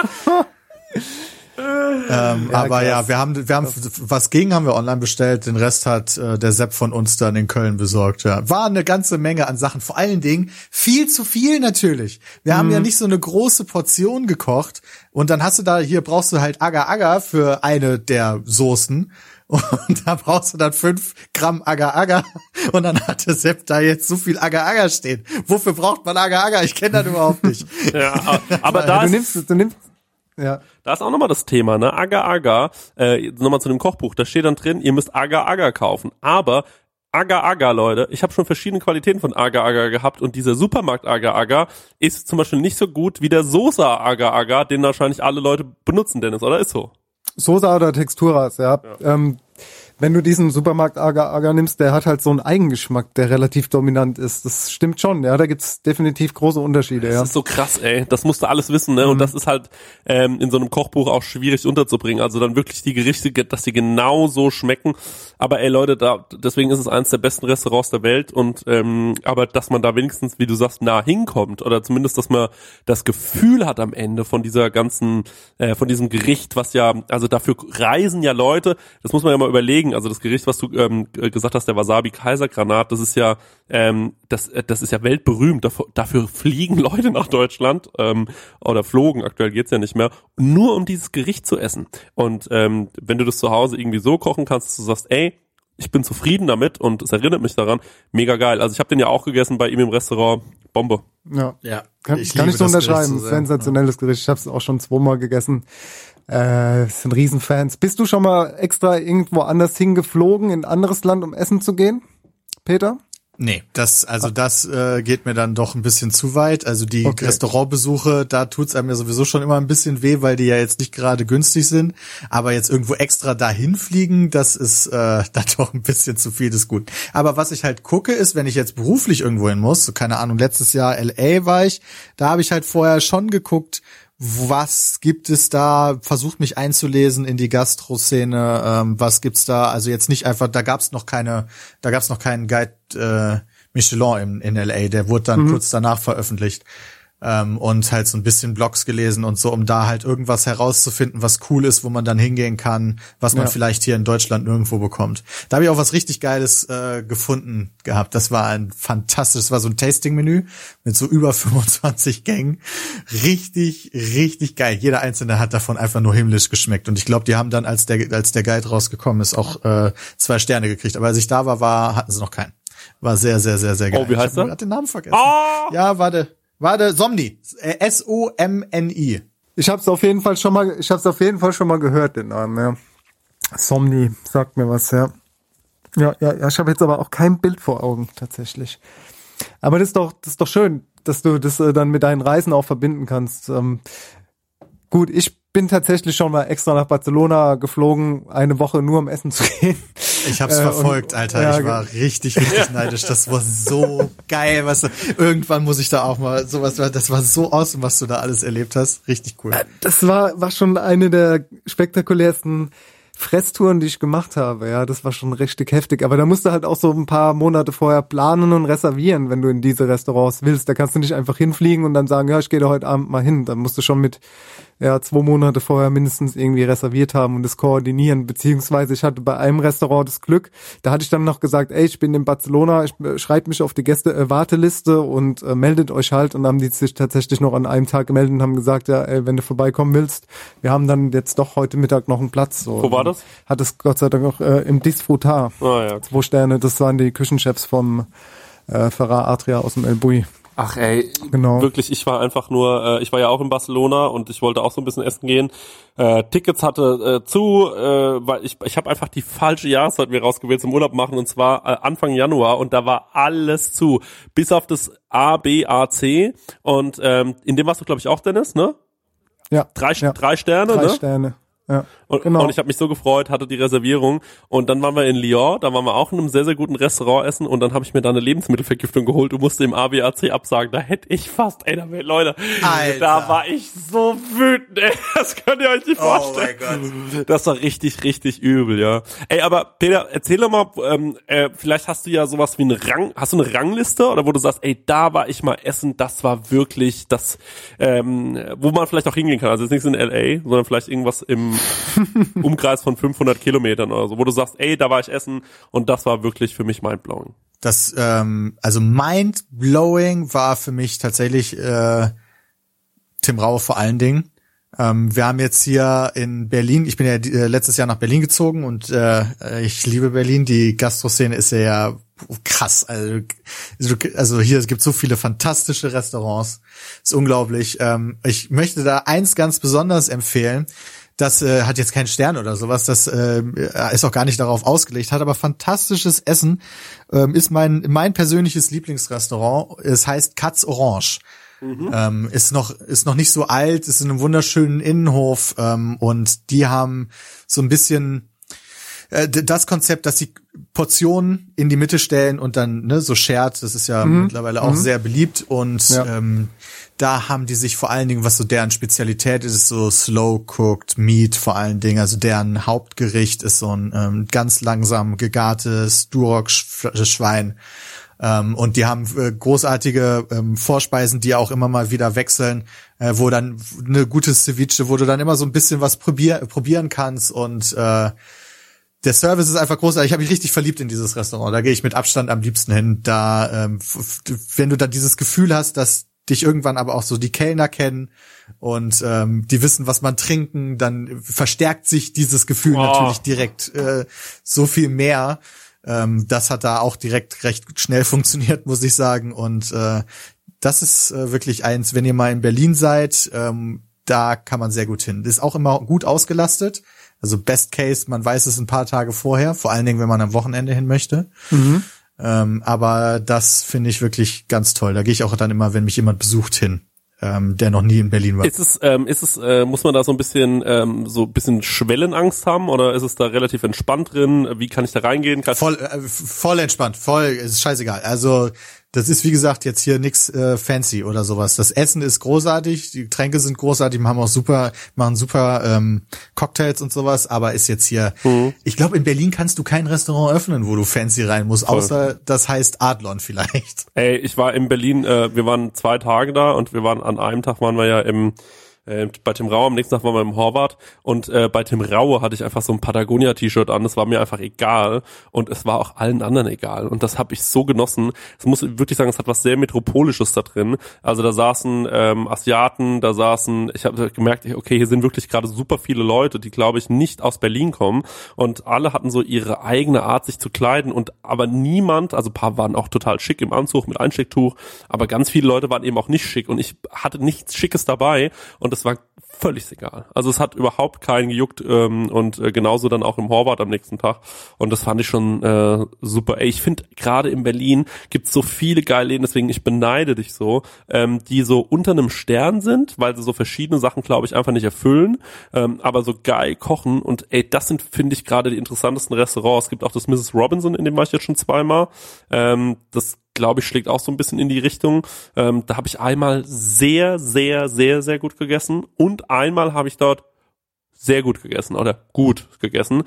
H: Aber krass. Ja, wir haben was ging, haben wir online bestellt. Den Rest hat der Sepp von uns dann in Köln besorgt. Ja, war eine ganze Menge an Sachen. Vor allen Dingen viel zu viel natürlich. Wir haben ja nicht so eine große Portion gekocht. Und dann brauchst du halt Agar-Agar für eine der Soßen. Und da brauchst du dann 5 Gramm Agar-Agar. Und dann hatte Sepp da jetzt so viel Agar-Agar stehen. Wofür braucht man Agar-Agar? Ich kenne das überhaupt nicht.
C: Ja, aber
D: du nimmst. Ja.
C: Da ist auch nochmal das Thema, ne? Agar-Agar, nochmal zu dem Kochbuch, da steht dann drin, ihr müsst Agar-Agar kaufen. Aber Agar-Agar, Leute, ich habe schon verschiedene Qualitäten von Agar-Agar gehabt und dieser Supermarkt Agar-Agar ist zum Beispiel nicht so gut wie der Sosa Agar-Agar, den wahrscheinlich alle Leute benutzen, Dennis, oder? Ist so.
D: Sosa oder Texturas, ja. Wenn du diesen Supermarkt Agar-Agar nimmst, der hat halt so einen Eigengeschmack, der relativ dominant ist. Das stimmt schon, ja, da gibt's definitiv große Unterschiede, ja.
C: Das ist so krass, ey. Das musst du alles wissen, ne? Und das ist halt in so einem Kochbuch auch schwierig unterzubringen. Also dann wirklich die Gerichte, dass die genau so schmecken. Aber ey, Leute, deswegen ist es eines der besten Restaurants der Welt und aber dass man da wenigstens, wie du sagst, nah hinkommt oder zumindest, dass man das Gefühl hat am Ende von dieser ganzen, von diesem Gericht, was ja, also dafür reisen ja Leute, das muss man ja mal überlegen. Also das Gericht, was du gesagt hast, der Wasabi-Kaisergranat, das ist ja das ist ja weltberühmt. Dafür fliegen Leute nach Deutschland oder flogen, aktuell geht's ja nicht mehr, nur um dieses Gericht zu essen. Und wenn du das zu Hause irgendwie so kochen kannst, dass du sagst, ey, ich bin zufrieden damit und es erinnert mich daran, mega geil. Also ich habe den ja auch gegessen bei ihm im Restaurant, Bombe.
D: Ja. Kann ich so unterschreiben, sensationelles Gericht. Ich habe es auch schon 2-mal gegessen. Sind Riesenfans. Bist du schon mal extra irgendwo anders hingeflogen, in ein anderes Land, um essen zu gehen, Peter?
H: Nee, das geht mir dann doch ein bisschen zu weit. Also die Restaurantbesuche, da tut's einem ja sowieso schon immer ein bisschen weh, weil die ja jetzt nicht gerade günstig sind. Aber jetzt irgendwo extra dahin fliegen, das ist da doch ein bisschen zu viel des Guten. Aber was ich halt gucke, ist, wenn ich jetzt beruflich irgendwo hin muss, so keine Ahnung, letztes Jahr LA war ich, da habe ich halt vorher schon geguckt, was gibt es da, versucht mich einzulesen in die Gastro-Szene, was gibt's da, also jetzt nicht einfach, da gab's noch keinen Guide Michelin in LA, der wurde dann kurz danach veröffentlicht. Und halt so ein bisschen Blogs gelesen und so, um da halt irgendwas herauszufinden, was cool ist, wo man dann hingehen kann, was man vielleicht hier in Deutschland nirgendwo bekommt. Da habe ich auch was richtig Geiles gefunden gehabt. Das war das war so ein Tasting-Menü mit so über 25 Gängen. Richtig, richtig geil. Jeder einzelne hat davon einfach nur himmlisch geschmeckt. Und ich glaube, die haben dann, als der Guide rausgekommen ist, auch 2 Sterne gekriegt. Aber als ich da war, hatten sie noch keinen. War sehr, sehr, sehr, sehr geil.
C: Oh, wie heißt der?
H: Ich habe den Namen vergessen. Oh! Ja, warte, Somni. SOMNI.
D: Ich hab's auf jeden Fall schon mal gehört, den Namen, ja. Somni, sagt mir was, ja. Ja, ich habe jetzt aber auch kein Bild vor Augen, tatsächlich. Aber das ist doch schön, dass du das dann mit deinen Reisen auch verbinden kannst. Gut, ich bin tatsächlich schon mal extra nach Barcelona geflogen, eine Woche nur um essen zu gehen.
H: Ich hab's verfolgt, Alter. Ja, ich war richtig neidisch. Das war so geil, weißt du. Irgendwann muss ich da auch mal sowas, das war so awesome, was du da alles erlebt hast. Richtig cool.
D: Das war schon eine der spektakulärsten Fresstouren, die ich gemacht habe. Ja, das war schon richtig heftig. Aber da musst du halt auch so ein paar Monate vorher planen und reservieren, wenn du in diese Restaurants willst. Da kannst du nicht einfach hinfliegen und dann sagen, ja, ich gehe da heute Abend mal hin. Dann musst du schon mit 2 Monate vorher mindestens irgendwie reserviert haben und das koordinieren, beziehungsweise ich hatte bei einem Restaurant das Glück, da hatte ich dann noch gesagt, ey, ich bin in Barcelona, ich schreibe mich auf die Gäste-Warteliste und meldet euch halt, und dann haben die sich tatsächlich noch an einem Tag gemeldet und haben gesagt, ja, ey, wenn du vorbeikommen willst, wir haben dann jetzt doch heute Mittag noch einen Platz. So.
C: Wo war das?
D: Hat es Gott sei Dank auch im Disfrutar.
C: Ja.
D: 2 Sterne, das waren die Küchenchefs vom Ferrar Adria aus dem El Bulli.
C: Ach ey,
D: genau.
C: Wirklich, ich war einfach nur, ich war ja auch in Barcelona und ich wollte auch so ein bisschen essen gehen. Tickets hatte weil ich habe einfach die falsche Jahreszeit mir rausgewählt zum Urlaub machen, und zwar Anfang Januar, und da war alles zu, bis auf das A, B, A, C, und in dem warst du, glaube ich, auch, Dennis, ne?
D: Ja.
C: 3 Sterne,
D: 3
C: ne?
D: Sterne. Ja,
C: und,
D: genau.
C: Und ich habe mich so gefreut, hatte die Reservierung, und dann waren wir in Lyon, da waren wir auch in einem sehr, sehr guten Restaurant essen, und dann habe ich mir da eine Lebensmittelvergiftung geholt und musste im ABAC absagen. Da hätte ich fast, Leute,
H: Alter.
C: Da war ich so wütend, ey, das könnt ihr euch nicht vorstellen. Oh mein Gott. Das war richtig, richtig übel, ja. Ey, aber Peter, erzähl doch mal, vielleicht hast du ja sowas wie hast du eine Rangliste, oder wo du sagst, ey, da war ich mal essen, das war wirklich das, wo man vielleicht auch hingehen kann. Also jetzt nichts in LA, sondern vielleicht irgendwas im Umkreis von 500 Kilometern oder so, wo du sagst, ey, da war ich essen und das war wirklich für mich mindblowing.
H: Das, also mindblowing war für mich tatsächlich Tim Raue vor allen Dingen. Wir haben jetzt hier in Berlin, ich bin ja letztes Jahr nach Berlin gezogen, und ich liebe Berlin. Die Gastroszene ist ja krass. Also hier, es gibt so viele fantastische Restaurants. Ist unglaublich. Ich möchte da eins ganz besonders empfehlen. Das hat jetzt keinen Stern oder sowas, das ist auch gar nicht darauf ausgelegt, hat aber fantastisches Essen, ist mein persönliches Lieblingsrestaurant. Es heißt Katz Orange. Mhm. Ist noch nicht so alt, ist in einem wunderschönen Innenhof, und die haben so ein bisschen das Konzept, dass sie Portionen in die Mitte stellen und dann so shared, das ist ja mittlerweile auch sehr beliebt, und da haben die sich vor allen Dingen, was so deren Spezialität ist so slow-cooked Meat vor allen Dingen, also deren Hauptgericht ist so ein ganz langsam gegartes Duroc-Schwein. Und die haben großartige Vorspeisen, die auch immer mal wieder wechseln, wo dann eine gute Ceviche, wo du dann immer so ein bisschen was probieren kannst, und der Service ist einfach großartig. Ich habe mich richtig verliebt in dieses Restaurant. Da gehe ich mit Abstand am liebsten hin. Da, wenn du dann dieses Gefühl hast, dass dich irgendwann aber auch so die Kellner kennen und die wissen, was man trinken, dann verstärkt sich dieses Gefühl natürlich direkt so viel mehr. Das hat da auch direkt recht schnell funktioniert, muss ich sagen. Und das ist wirklich eins, wenn ihr mal in Berlin seid, da kann man sehr gut hin. Das ist auch immer gut ausgelastet. Also Best Case, man weiß es ein paar Tage vorher, vor allen Dingen, wenn man am Wochenende hin möchte. Mhm. Aber das finde ich wirklich ganz toll. Da gehe ich auch dann immer, wenn mich jemand besucht, hin, der noch nie in Berlin war.
C: Muss man da so ein bisschen Schwellenangst haben, oder ist es da relativ entspannt drin? Wie kann ich da reingehen?
H: Voll entspannt, ist scheißegal. Also das ist, wie gesagt, jetzt hier nix fancy oder sowas. Das Essen ist großartig, die Getränke sind großartig, machen super Cocktails und sowas, aber ist jetzt hier, ich glaube, in Berlin kannst du kein Restaurant öffnen, wo du fancy rein musst, außer das heißt Adlon vielleicht.
C: Ey, ich war in Berlin, wir waren 2 Tage da, und an einem Tag waren wir ja bei Tim Raue, am nächsten Tag waren wir im Horvath, und bei Tim Raue hatte ich einfach so ein Patagonia-T-Shirt an, das war mir einfach egal, und es war auch allen anderen egal, und das habe ich so genossen. Ich muss wirklich sagen, es hat was sehr Metropolisches da drin. Also da saßen Asiaten, ich habe gemerkt, okay, hier sind wirklich gerade super viele Leute, die, glaube ich, nicht aus Berlin kommen, und alle hatten so ihre eigene Art, sich zu kleiden, und aber niemand, also ein paar waren auch total schick im Anzug mit Einstecktuch, aber ganz viele Leute waren eben auch nicht schick, und ich hatte nichts Schickes dabei, und es war völlig egal. Also es hat überhaupt keinen gejuckt und genauso dann auch im Horvath am nächsten Tag. Und das fand ich schon super. Ey, ich finde, gerade in Berlin gibt's so viele geile Läden, deswegen ich beneide dich so, die so unter einem Stern sind, weil sie so verschiedene Sachen, glaube ich, einfach nicht erfüllen, aber so geil kochen. Und ey, das sind, finde ich, gerade die interessantesten Restaurants. Es gibt auch das Mrs. Robinson, in dem war ich jetzt schon zweimal. Das glaube ich, schlägt auch so ein bisschen in die Richtung. Da habe ich einmal sehr, sehr, sehr, sehr gut gegessen und einmal habe ich dort sehr gut gegessen oder gut gegessen.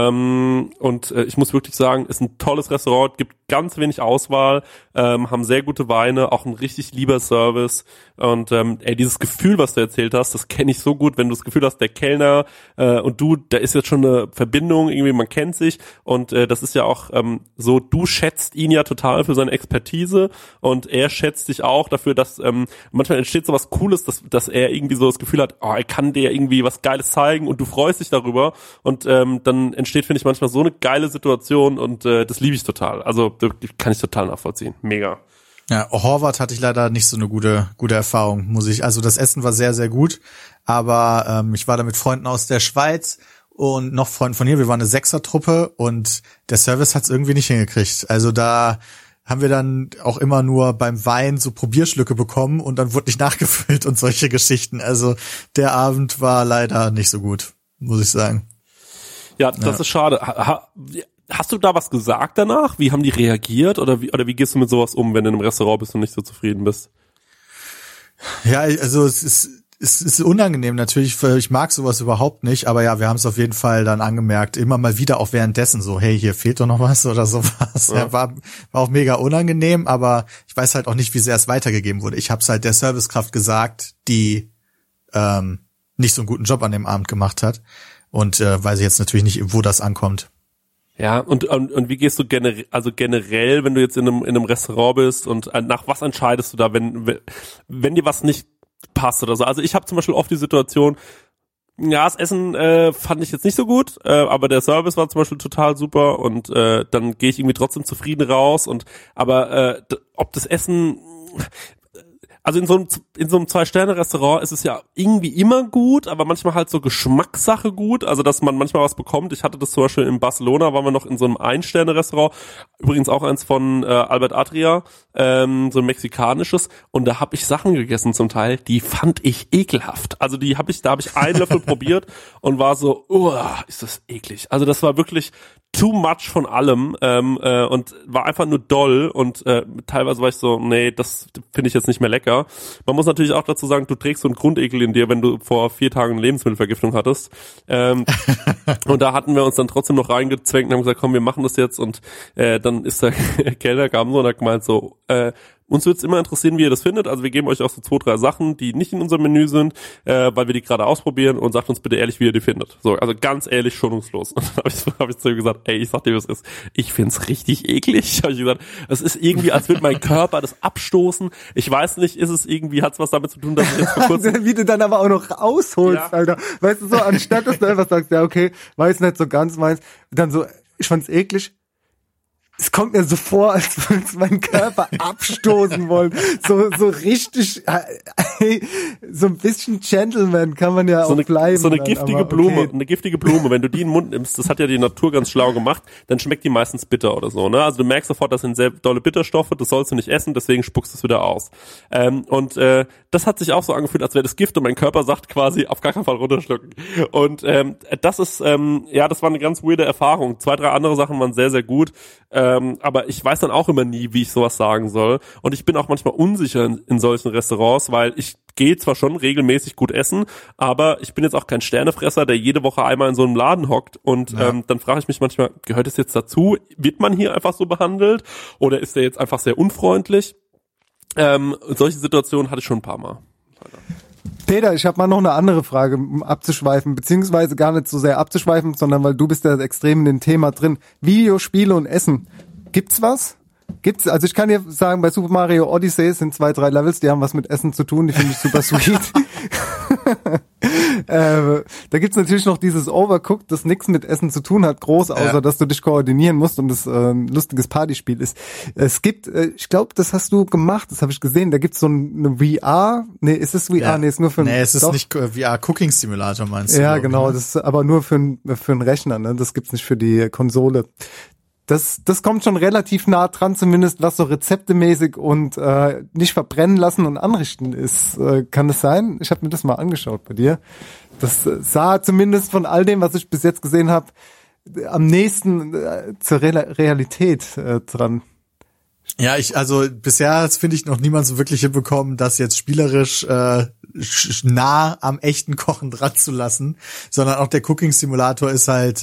C: Und ich muss wirklich sagen, ist ein tolles Restaurant, gibt ganz wenig Auswahl, haben sehr gute Weine, auch ein richtig lieber Service. Und dieses Gefühl, was du erzählt hast, das kenne ich so gut, wenn du das Gefühl hast, der Kellner und du, da ist jetzt schon eine Verbindung, irgendwie man kennt sich und das ist ja auch so, du schätzt ihn ja total für seine Expertise und er schätzt dich auch dafür, dass manchmal entsteht so was Cooles, dass er irgendwie so das Gefühl hat, oh, er kann dir irgendwie was Geiles zeigen und du freust dich darüber und dann entsteht, finde ich, manchmal so eine geile Situation und das liebe ich total. Also kann ich total nachvollziehen. Mega.
H: Ja, Horvath hatte ich leider nicht so eine gute Erfahrung, muss ich. Also das Essen war sehr, sehr gut, aber ich war da mit Freunden aus der Schweiz und noch Freunden von hier. Wir waren eine Sechsertruppe und der Service hat's irgendwie nicht hingekriegt. Also da haben wir dann auch immer nur beim Wein so Probierschlücke bekommen und dann wurde nicht nachgefüllt und solche Geschichten. Also der Abend war leider nicht so gut, muss ich sagen.
C: Ja, das ist schade. Hast du da was gesagt danach? Wie haben die reagiert oder wie gehst du mit sowas um, wenn du in einem Restaurant bist und nicht so zufrieden bist?
H: Ja, also es ist unangenehm natürlich, ich mag sowas überhaupt nicht, aber ja, wir haben es auf jeden Fall dann angemerkt, immer mal wieder auch währenddessen so, hey, hier fehlt doch noch was oder sowas. Ja. War auch mega unangenehm, aber ich weiß halt auch nicht, wie sehr es weitergegeben wurde. Ich habe es halt der Servicekraft gesagt, die nicht so einen guten Job an dem Abend gemacht hat und weiß ich jetzt natürlich nicht, wo das ankommt.
C: Ja, und wie gehst du generell, wenn du jetzt in einem Restaurant bist und nach was entscheidest du da, wenn dir was nicht passt oder so? Also ich habe zum Beispiel oft die Situation, ja, das Essen fand ich jetzt nicht so gut, aber der Service war zum Beispiel total super und dann gehe ich irgendwie trotzdem zufrieden raus aber ob das Essen, also in so einem 2-Sterne-Restaurant ist es ja irgendwie immer gut, aber manchmal halt so Geschmackssache gut, also dass man manchmal was bekommt. Ich hatte das zum Beispiel in Barcelona, waren wir noch in so einem 1-Sterne-Restaurant, übrigens auch eins von Albert Adria, so ein mexikanisches, und da habe ich Sachen gegessen zum Teil, die fand ich ekelhaft. Also da habe ich einen Löffel probiert und war so, ist das eklig. Also das war wirklich too much von allem und war einfach nur doll und teilweise war ich so, nee, das finde ich jetzt nicht mehr lecker. Man muss natürlich auch dazu sagen, du trägst so einen Grundekel in dir, wenn du vor 4 Tagen eine Lebensmittelvergiftung hattest. Und da hatten wir uns dann trotzdem noch reingezwängt und haben gesagt, komm, wir machen das jetzt und dann ist der Kellner kam so und hat gemeint so, uns würde es immer interessieren, wie ihr das findet. Also wir geben euch auch so 2, 3 Sachen, die nicht in unserem Menü sind, weil wir die gerade ausprobieren und sagt uns bitte ehrlich, wie ihr die findet. So, also ganz ehrlich, schonungslos. Und dann hab ich zu ihm gesagt, ey, ich sag dir, was ist. Ich find's richtig eklig. Hab ich gesagt, es ist irgendwie, als würde mein Körper das abstoßen. Ich weiß nicht, ist es irgendwie, hat's was damit zu tun, dass ich jetzt vor kurzem...
D: Wie du dann aber auch noch ausholst, ja. Alter. Weißt du, so anstatt, dass du einfach sagst, ja, okay, weiß nicht so ganz meins, dann so, ich fand's eklig. Es kommt mir so vor, als würde es meinen Körper abstoßen wollen. So richtig, so ein bisschen Gentleman kann man ja auch bleiben.
C: So eine giftige Blume, okay. Eine giftige Blume, wenn du die in den Mund nimmst, das hat ja die Natur ganz schlau gemacht, dann schmeckt die meistens bitter oder so, ne? Also du merkst sofort, das sind sehr dolle Bitterstoffe, das sollst du nicht essen, deswegen spuckst du es wieder aus. Das hat sich auch so angefühlt, als wäre das Gift und mein Körper sagt quasi, auf gar keinen Fall runterschlucken. Und das ist, das war eine ganz weirde Erfahrung. 2, 3 andere Sachen waren sehr, sehr gut. Aber ich weiß dann auch immer nie, wie ich sowas sagen soll. Und ich bin auch manchmal unsicher in solchen Restaurants, weil ich gehe zwar schon regelmäßig gut essen, aber ich bin jetzt auch kein Sternefresser, der jede Woche einmal in so einem Laden hockt. Und dann frage ich mich manchmal, gehört es jetzt dazu? Wird man hier einfach so behandelt? Oder ist der jetzt einfach sehr unfreundlich? Solche Situationen hatte ich schon ein paar Mal.
D: Peter, ich habe mal noch eine andere Frage, um abzuschweifen, beziehungsweise gar nicht so sehr abzuschweifen, sondern weil du bist ja extrem in dem Thema drin. Videospiele und Essen. Gibt's was? Also ich kann dir sagen, bei Super Mario Odyssey sind 2, 3 Levels, die haben was mit Essen zu tun, die finde ich super sweet. Da gibt's natürlich noch dieses Overcooked, das nichts mit Essen zu tun hat, groß, außer dass du dich koordinieren musst und das ein lustiges Partyspiel ist. Es gibt, ich glaube, das hast du gemacht, das habe ich gesehen, da gibt's so eine VR, nee, ist es VR? Ja. Nee, ist nur für
H: es ist nicht VR Cooking Simulator, meinst du?
D: Ja, genau, das ist aber nur für einen Rechner, ne? Das gibt's nicht für die Konsole. Das kommt schon relativ nah dran, zumindest was so rezeptemäßig und nicht verbrennen lassen und anrichten ist. Kann das sein? Ich habe mir das mal angeschaut bei dir. Das sah zumindest von all dem, was ich bis jetzt gesehen habe, am nächsten zur Realität dran.
H: Ja, also bisher finde ich noch niemand so wirklich hinbekommen, das jetzt spielerisch nah am echten Kochen dran zu lassen, sondern auch der Cooking Simulator ist halt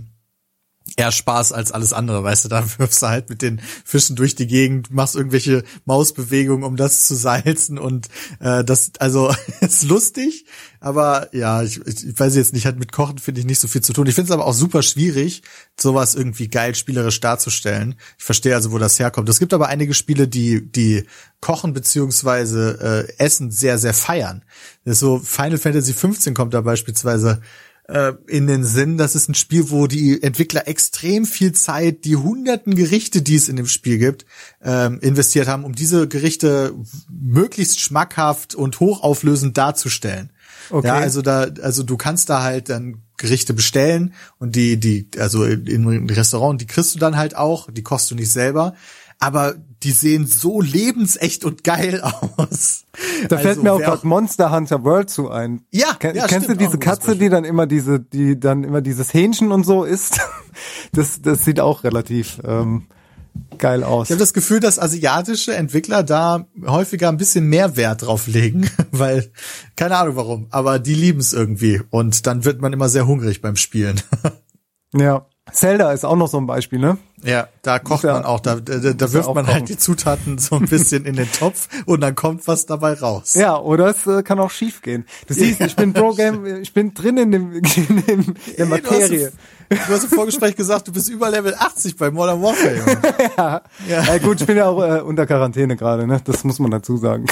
H: eher Spaß als alles andere, weißt du, da wirfst du halt mit den Fischen durch die Gegend, machst irgendwelche Mausbewegungen, um das zu salzen und das, also ist lustig, aber ja, ich weiß jetzt nicht, hat mit Kochen finde ich nicht so viel zu tun. Ich finde es aber auch super schwierig, sowas irgendwie geil spielerisch darzustellen. Ich verstehe also, wo das herkommt. Es gibt aber einige Spiele, die Kochen beziehungsweise Essen sehr, sehr feiern. Das ist so Final Fantasy 15 kommt da beispielsweise in den Sinn, das ist ein Spiel, wo die Entwickler extrem viel Zeit, die hunderten Gerichte, die es in dem Spiel gibt, investiert haben, um diese Gerichte möglichst schmackhaft und hochauflösend darzustellen. Okay. Ja, also du kannst da halt dann Gerichte bestellen und also im Restaurant, die kriegst du dann halt auch, die kochst du nicht selber. Aber die sehen so lebensecht und geil aus.
D: Da fällt mir auch gerade Monster Hunter World zu ein.
H: Ja,
D: kennst du diese Katze, die dann immer dieses Hähnchen und so isst? Das sieht auch relativ geil aus.
H: Ich habe das Gefühl, dass asiatische Entwickler da häufiger ein bisschen mehr Wert drauf legen, weil, keine Ahnung warum, aber die lieben es irgendwie und dann wird man immer sehr hungrig beim Spielen.
D: Ja. Zelda ist auch noch so ein Beispiel, ne?
H: Ja, da kocht man auch, da wirft man halt die Zutaten so ein bisschen in den Topf und dann kommt was dabei raus.
D: Ja, oder es kann auch schief gehen. Du siehst, ich bin ich bin drin in der Materie.
H: Du hast im Vorgespräch gesagt, du bist über Level 80 bei Modern Warfare, Junge.
D: Ja, gut, ich bin ja auch unter Quarantäne gerade, ne? Das muss man dazu sagen.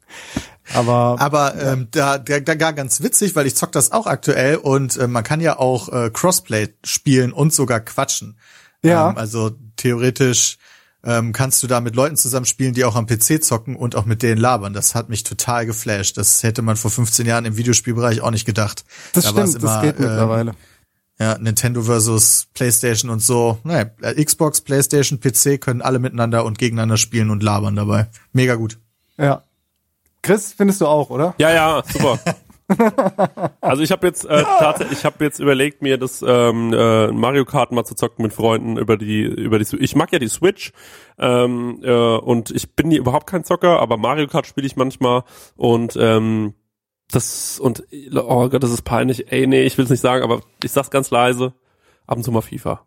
D: Aber
H: da ganz witzig, weil ich zock das auch aktuell und man kann ja auch Crossplay spielen und sogar quatschen.
D: Ja.
H: Also theoretisch kannst du da mit Leuten zusammen spielen, die auch am PC zocken und auch mit denen labern. Das hat mich total geflasht. Das hätte man vor 15 Jahren im Videospielbereich auch nicht gedacht.
D: Das stimmt, das geht mittlerweile.
H: Ja, Nintendo versus PlayStation und so. Naja, Xbox, PlayStation, PC können alle miteinander und gegeneinander spielen und labern dabei. Mega gut.
D: Ja. Chris, findest du auch, oder?
C: Ja, super. Also ich habe jetzt tatsächlich, überlegt, mir das Mario Kart mal zu zocken mit Freunden über die. Ich mag ja die Switch und ich bin hier überhaupt kein Zocker, aber Mario Kart spiele ich manchmal und oh Gott, das ist peinlich. Ey, nee, ich will es nicht sagen, aber ich sag's ganz leise. Ab und zu mal FIFA.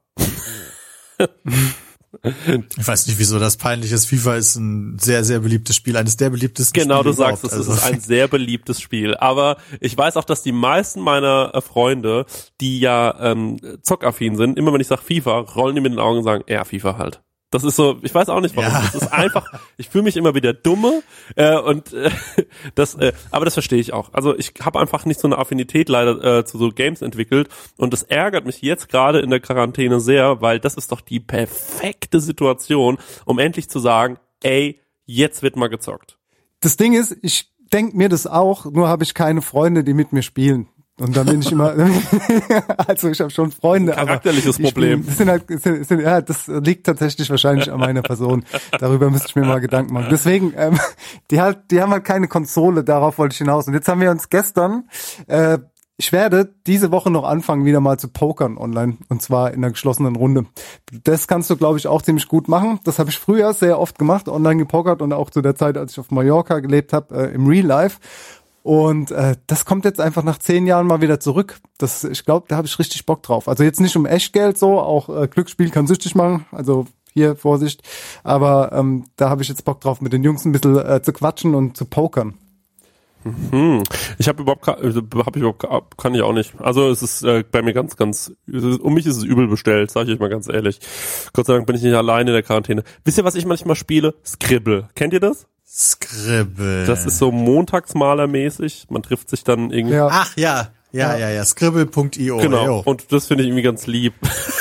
H: Ich weiß nicht, wieso das peinlich ist. FIFA ist ein sehr, sehr beliebtes Spiel, eines der beliebtesten Spiele.
C: Genau, du sagst es, ist ein sehr beliebtes Spiel. Aber ich weiß auch, dass die meisten meiner Freunde, die ja zockaffin sind, immer wenn ich sage FIFA, rollen die mit den Augen und sagen, ja, FIFA halt. Das ist so, ich weiß auch nicht warum. Ja. Das ist einfach, ich fühle mich immer wieder dumme aber das verstehe ich auch. Also ich habe einfach nicht so eine Affinität leider zu so Games entwickelt und das ärgert mich jetzt gerade in der Quarantäne sehr, weil das ist doch die perfekte Situation, um endlich zu sagen, ey, jetzt wird mal gezockt.
D: Das Ding ist, ich denke mir das auch, nur habe ich keine Freunde, die mit mir spielen. Und dann bin ich immer, also ich habe schon Freunde,
C: charakterliches Problem.
D: Das liegt tatsächlich wahrscheinlich an meiner Person. Darüber müsste ich mir mal Gedanken machen. Deswegen, die haben halt keine Konsole, darauf wollte ich hinaus. Und jetzt haben wir uns gestern, ich werde diese Woche noch anfangen, wieder mal zu pokern online. Und zwar in einer geschlossenen Runde. Das kannst du, glaube ich, auch ziemlich gut machen. Das habe ich früher sehr oft gemacht, online gepokert und auch zu der Zeit, als ich auf Mallorca gelebt habe, im Real Life. Und das kommt jetzt einfach nach 10 Jahren mal wieder zurück. Ich glaube, da habe ich richtig Bock drauf. Also jetzt nicht um Echtgeld so, auch Glücksspiel kann süchtig machen, also hier Vorsicht. Aber da habe ich jetzt Bock drauf, mit den Jungs ein bisschen zu quatschen und zu pokern.
C: Ich habe kann ich auch nicht. Also es ist bei mir ganz, um mich ist es übel bestellt, sage ich euch mal ganz ehrlich. Gott sei Dank bin ich nicht alleine in der Quarantäne. Wisst ihr, was ich manchmal spiele? Scribble. Kennt ihr das?
H: Scribble.
C: Das ist so montagsmalermäßig. Man trifft sich dann irgendwie.
H: Ja. Ach ja. Ja, scribble.io.
C: Genau,
H: Yo.
C: und das finde ich irgendwie ganz lieb.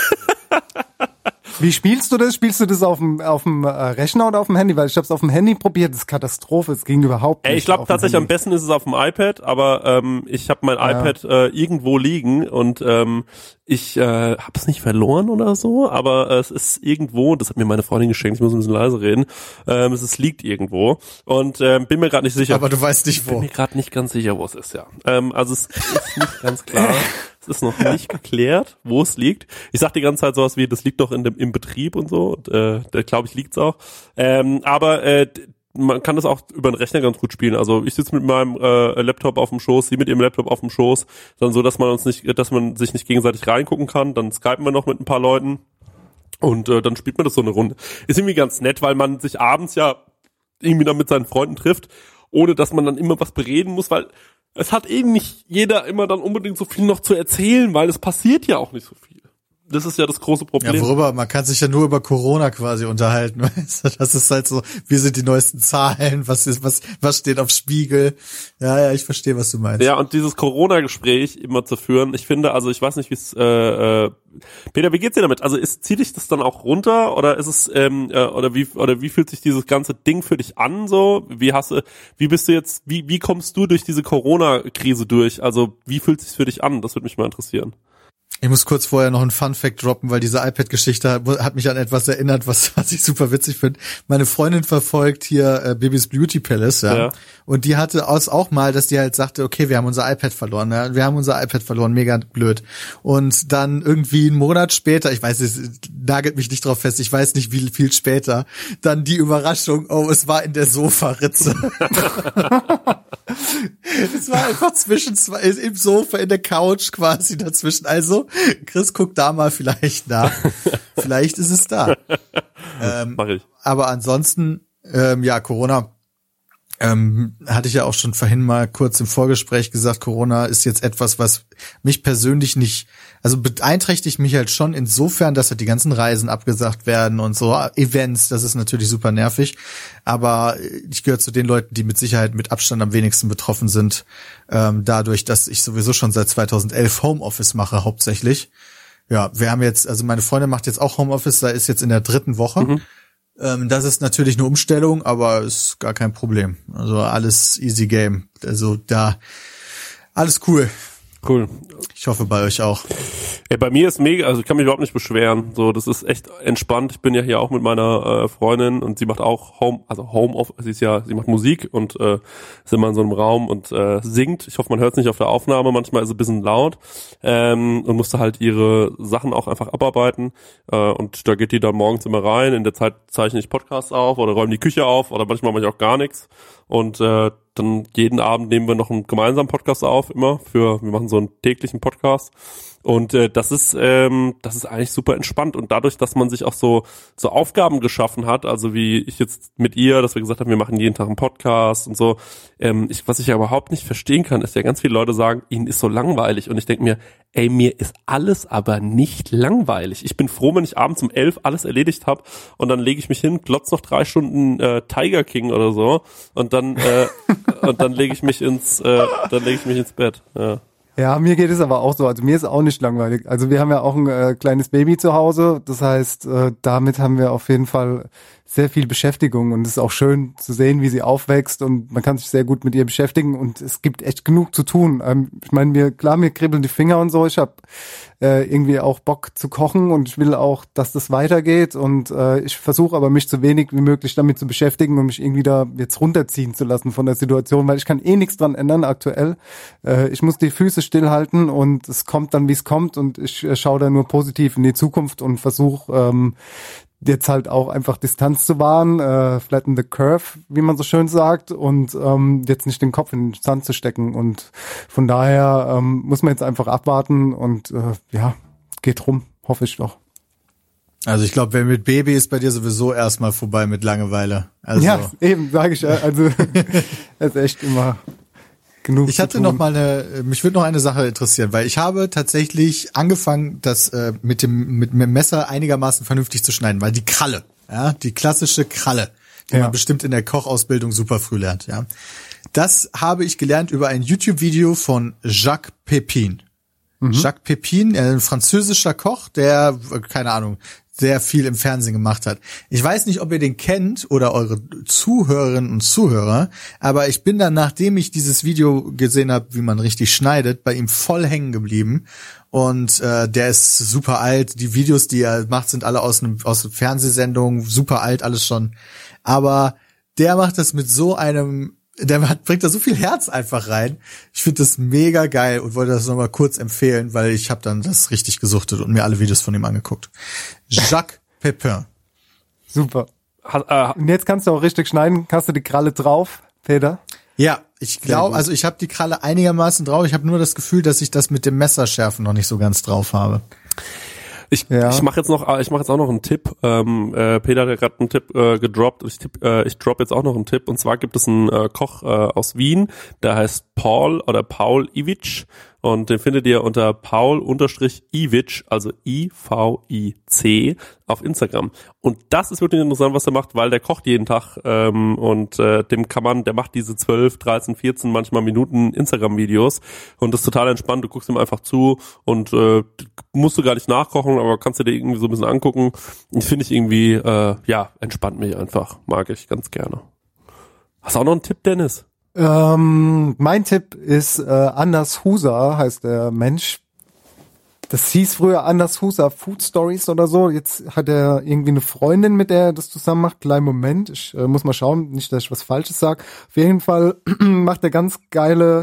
D: Wie spielst du das? Spielst du das auf dem Rechner oder auf dem Handy? Weil ich habe es auf dem Handy probiert, das ist Katastrophe, es ging überhaupt nicht.
C: Ich glaube tatsächlich am besten ist es auf dem iPad, aber ich habe mein iPad irgendwo liegen und ich habe es nicht verloren oder so, aber es ist irgendwo, das hat mir meine Freundin geschenkt, ich muss ein bisschen leise reden, es liegt irgendwo und bin mir gerade nicht sicher.
H: Aber du weißt nicht wo.
C: Bin mir gerade nicht ganz sicher, wo es ist, ja. Also es ist nicht ganz klar. Es ist noch nicht geklärt, wo es liegt. Ich sag die ganze Zeit sowas wie, das liegt doch im Betrieb und so. Und, da glaube ich, liegt's auch. Aber man kann das auch über den Rechner ganz gut spielen. Also ich sitze mit meinem Laptop auf dem Schoß, sie mit ihrem Laptop auf dem Schoß, dann so, dass man sich nicht gegenseitig reingucken kann. Dann skypen wir noch mit ein paar Leuten und dann spielt man das so eine Runde. Ist irgendwie ganz nett, weil man sich abends ja irgendwie dann mit seinen Freunden trifft, ohne dass man dann immer was bereden muss, weil es hat eben nicht jeder immer dann unbedingt so viel noch zu erzählen, weil es passiert ja auch nicht so viel. Das ist ja das große Problem.
H: Ja, worüber? Man kann sich ja nur über Corona quasi unterhalten, weißt du? Das ist halt so, wie sind die neuesten Zahlen, was steht auf Spiegel? Ja, ich verstehe, was du meinst.
C: Ja, und dieses Corona-Gespräch immer zu führen, ich finde, also ich weiß nicht, wie es Peter, wie geht's dir damit? Also zieht dich das dann auch runter oder ist es oder wie fühlt sich dieses ganze Ding für dich an so? Wie kommst du durch diese Corona-Krise durch? Also wie fühlt sich's für dich an? Das würde mich mal interessieren.
H: Ich muss kurz vorher noch einen Fun-Fact droppen, weil diese iPad-Geschichte hat mich an etwas erinnert, was ich super witzig finde. Meine Freundin verfolgt hier Bibis Beauty Palace, ja. Und die hatte auch mal, dass die halt sagte, okay, wir haben unser iPad verloren, mega blöd. Und dann irgendwie einen Monat später, ich weiß, es nagelt mich nicht drauf fest, ich weiß nicht, wie viel später, dann die Überraschung, oh, es war in der Sofaritze. Es war einfach im Sofa, in der Couch quasi dazwischen. Also, Chris, guck da mal vielleicht nach. Vielleicht ist es da.
C: Mach ich.
H: Aber ansonsten, Corona, hatte ich ja auch schon vorhin mal kurz im Vorgespräch gesagt, Corona ist jetzt etwas, was mich persönlich nicht, also beeinträchtigt mich halt schon insofern, dass halt die ganzen Reisen abgesagt werden und so, Events, das ist natürlich super nervig, aber ich gehöre zu den Leuten, die mit Sicherheit mit Abstand am wenigsten betroffen sind, dadurch, dass ich sowieso schon seit 2011 Homeoffice mache, hauptsächlich. Ja, wir haben jetzt, also meine Freundin macht jetzt auch Homeoffice, da ist jetzt in der 3. Woche. Mhm. Das ist natürlich eine Umstellung, aber ist gar kein Problem. Also alles easy game. Also da alles cool.
C: Cool.
H: Ich hoffe bei euch auch.
C: Ey, bei mir ist mega, also ich kann mich überhaupt nicht beschweren. So, das ist echt entspannt. Ich bin ja hier auch mit meiner Freundin und sie macht auch Homeoffice. Sie macht Musik und ist immer in so einem Raum und singt. Ich hoffe, man hört es nicht auf der Aufnahme. Manchmal ist es ein bisschen laut und musste halt ihre Sachen auch einfach abarbeiten. Und da geht die dann morgens immer rein. In der Zeit zeichne ich Podcasts auf oder räume die Küche auf oder manchmal mache ich auch gar nichts. Und dann jeden Abend nehmen wir noch einen gemeinsamen Podcast auf, wir machen so einen täglichen Podcast. Und das ist eigentlich super entspannt. Und dadurch, dass man sich auch so Aufgaben geschaffen hat, also wie ich jetzt mit ihr, dass wir gesagt haben, wir machen jeden Tag einen Podcast und so. Was ich ja überhaupt nicht verstehen kann, ist ja, ganz viele Leute sagen, ihnen ist so langweilig. Und ich denke mir, ey, mir ist alles aber nicht langweilig. Ich bin froh, wenn ich abends um 11 alles erledigt habe und dann lege ich mich hin, glotz noch 3 Stunden Tiger King oder so und dann lege ich mich ins Bett. Ja.
D: Ja, mir geht es aber auch so. Also mir ist auch nicht langweilig. Also wir haben ja auch ein kleines Baby zu Hause. Das heißt, damit haben wir auf jeden Fall sehr viel Beschäftigung und es ist auch schön zu sehen, wie sie aufwächst und man kann sich sehr gut mit ihr beschäftigen und es gibt echt genug zu tun. Ich meine, mir kribbeln die Finger und so. Ich habe irgendwie auch Bock zu kochen und ich will auch, dass das weitergeht und ich versuche aber mich so wenig wie möglich damit zu beschäftigen und mich irgendwie da jetzt runterziehen zu lassen von der Situation, weil ich kann eh nichts dran ändern aktuell. Ich muss die Füße stillhalten und es kommt dann, wie es kommt und ich schaue da nur positiv in die Zukunft und versuche jetzt halt auch einfach Distanz zu wahren, flatten the curve, wie man so schön sagt, und jetzt nicht den Kopf in den Sand zu stecken. Und von daher muss man jetzt einfach abwarten und geht rum, hoffe ich doch.
H: Also ich glaube, wenn mit Baby ist bei dir sowieso erstmal vorbei mit Langeweile. Also
D: ja, eben, sage ich. Also das ist echt immer genug.
H: Ich hatte noch mal mich würde noch eine Sache interessieren, weil ich habe tatsächlich angefangen, das mit dem Messer einigermaßen vernünftig zu schneiden, weil die Kralle, ja, die klassische Kralle, die man bestimmt in der Kochausbildung super früh lernt, ja. Das habe ich gelernt über ein YouTube-Video von Jacques Pépin. Jacques Pépin, ein französischer Koch, der, keine Ahnung, sehr viel im Fernsehen gemacht hat. Ich weiß nicht, ob ihr den kennt oder eure Zuhörerinnen und Zuhörer, aber ich bin dann, nachdem ich dieses Video gesehen habe, wie man richtig schneidet, bei ihm voll hängen geblieben. Und der ist super alt. Die Videos, die er macht, sind alle aus Fernsehsendungen, super alt, alles schon. Aber der macht das mit so einem, bringt da so viel Herz einfach rein. Ich finde das mega geil und wollte das nochmal kurz empfehlen, weil ich habe dann das richtig gesuchtet und mir alle Videos von ihm angeguckt. Jacques Pépin.
D: Super. Und jetzt kannst du auch richtig schneiden. Hast du die Kralle drauf, Peter?
H: Ja, ich glaube, also ich habe die Kralle einigermaßen drauf. Ich habe nur das Gefühl, dass ich das mit dem Messerschärfen noch nicht so ganz drauf habe.
C: Ich mache jetzt auch noch einen Tipp. Peter hat ja gerade einen Tipp gedroppt. Ich drop jetzt auch noch einen Tipp. Und zwar gibt es einen Koch aus Wien, der heißt Paul Ivic. Und den findet ihr unter Paul_Ivic, also IVIC, auf Instagram. Und das ist wirklich interessant, was er macht, weil der kocht jeden Tag und der macht diese 12, 13, 14 manchmal Minuten Instagram-Videos und das ist total entspannt. Du guckst ihm einfach zu und musst du gar nicht nachkochen, aber kannst du dir irgendwie so ein bisschen angucken. Und finde ich irgendwie, entspannt mich einfach. Mag ich ganz gerne. Hast du auch noch einen Tipp, Dennis?
D: Mein Tipp ist Anders Huser, heißt der Mensch. Das hieß früher Anders Huser Food Stories oder so. Jetzt hat er irgendwie eine Freundin, mit der er das zusammen macht. Kleinen Moment, ich muss mal schauen, nicht, dass ich was Falsches sage. Auf jeden Fall macht er ganz geile,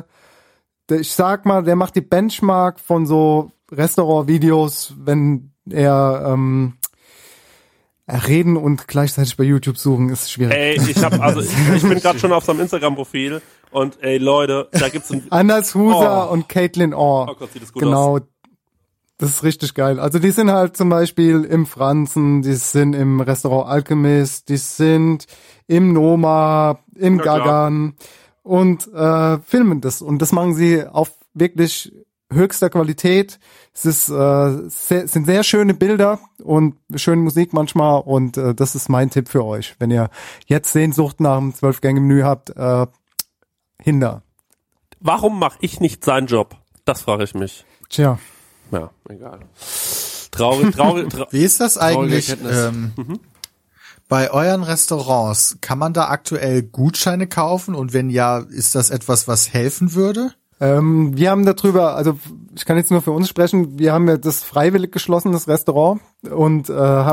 D: der macht die Benchmark von so Restaurant-Videos, wenn er reden und gleichzeitig bei YouTube suchen ist schwierig.
C: Ey, ich bin gerade schon auf seinem Instagram-Profil und ey Leute, da gibt's ein
D: Anders Huser und Caitlin Orr.
C: Oh Gott, sieht das gut
D: genau,
C: aus.
D: Das ist richtig geil. Also die sind halt zum Beispiel im Franzen, die sind im Restaurant Alchemist, die sind im Noma, im Gagan und filmen das. Und das machen sie auf wirklich höchster Qualität. Es ist sind sehr schöne Bilder und schöne Musik manchmal und das ist mein Tipp für euch. Wenn ihr jetzt Sehnsucht nach einem 12-Gänge-Menü habt, Hinder.
C: Warum mache ich nicht seinen Job? Das frage ich mich.
D: Tja.
C: Ja, egal. Traurig.
H: Wie ist das eigentlich bei euren Restaurants? Kann man da aktuell Gutscheine kaufen und wenn ja, ist das etwas, was helfen würde?
D: Wir haben darüber, also ich kann jetzt nur für uns sprechen, wir haben ja das freiwillig geschlossen, das Restaurant und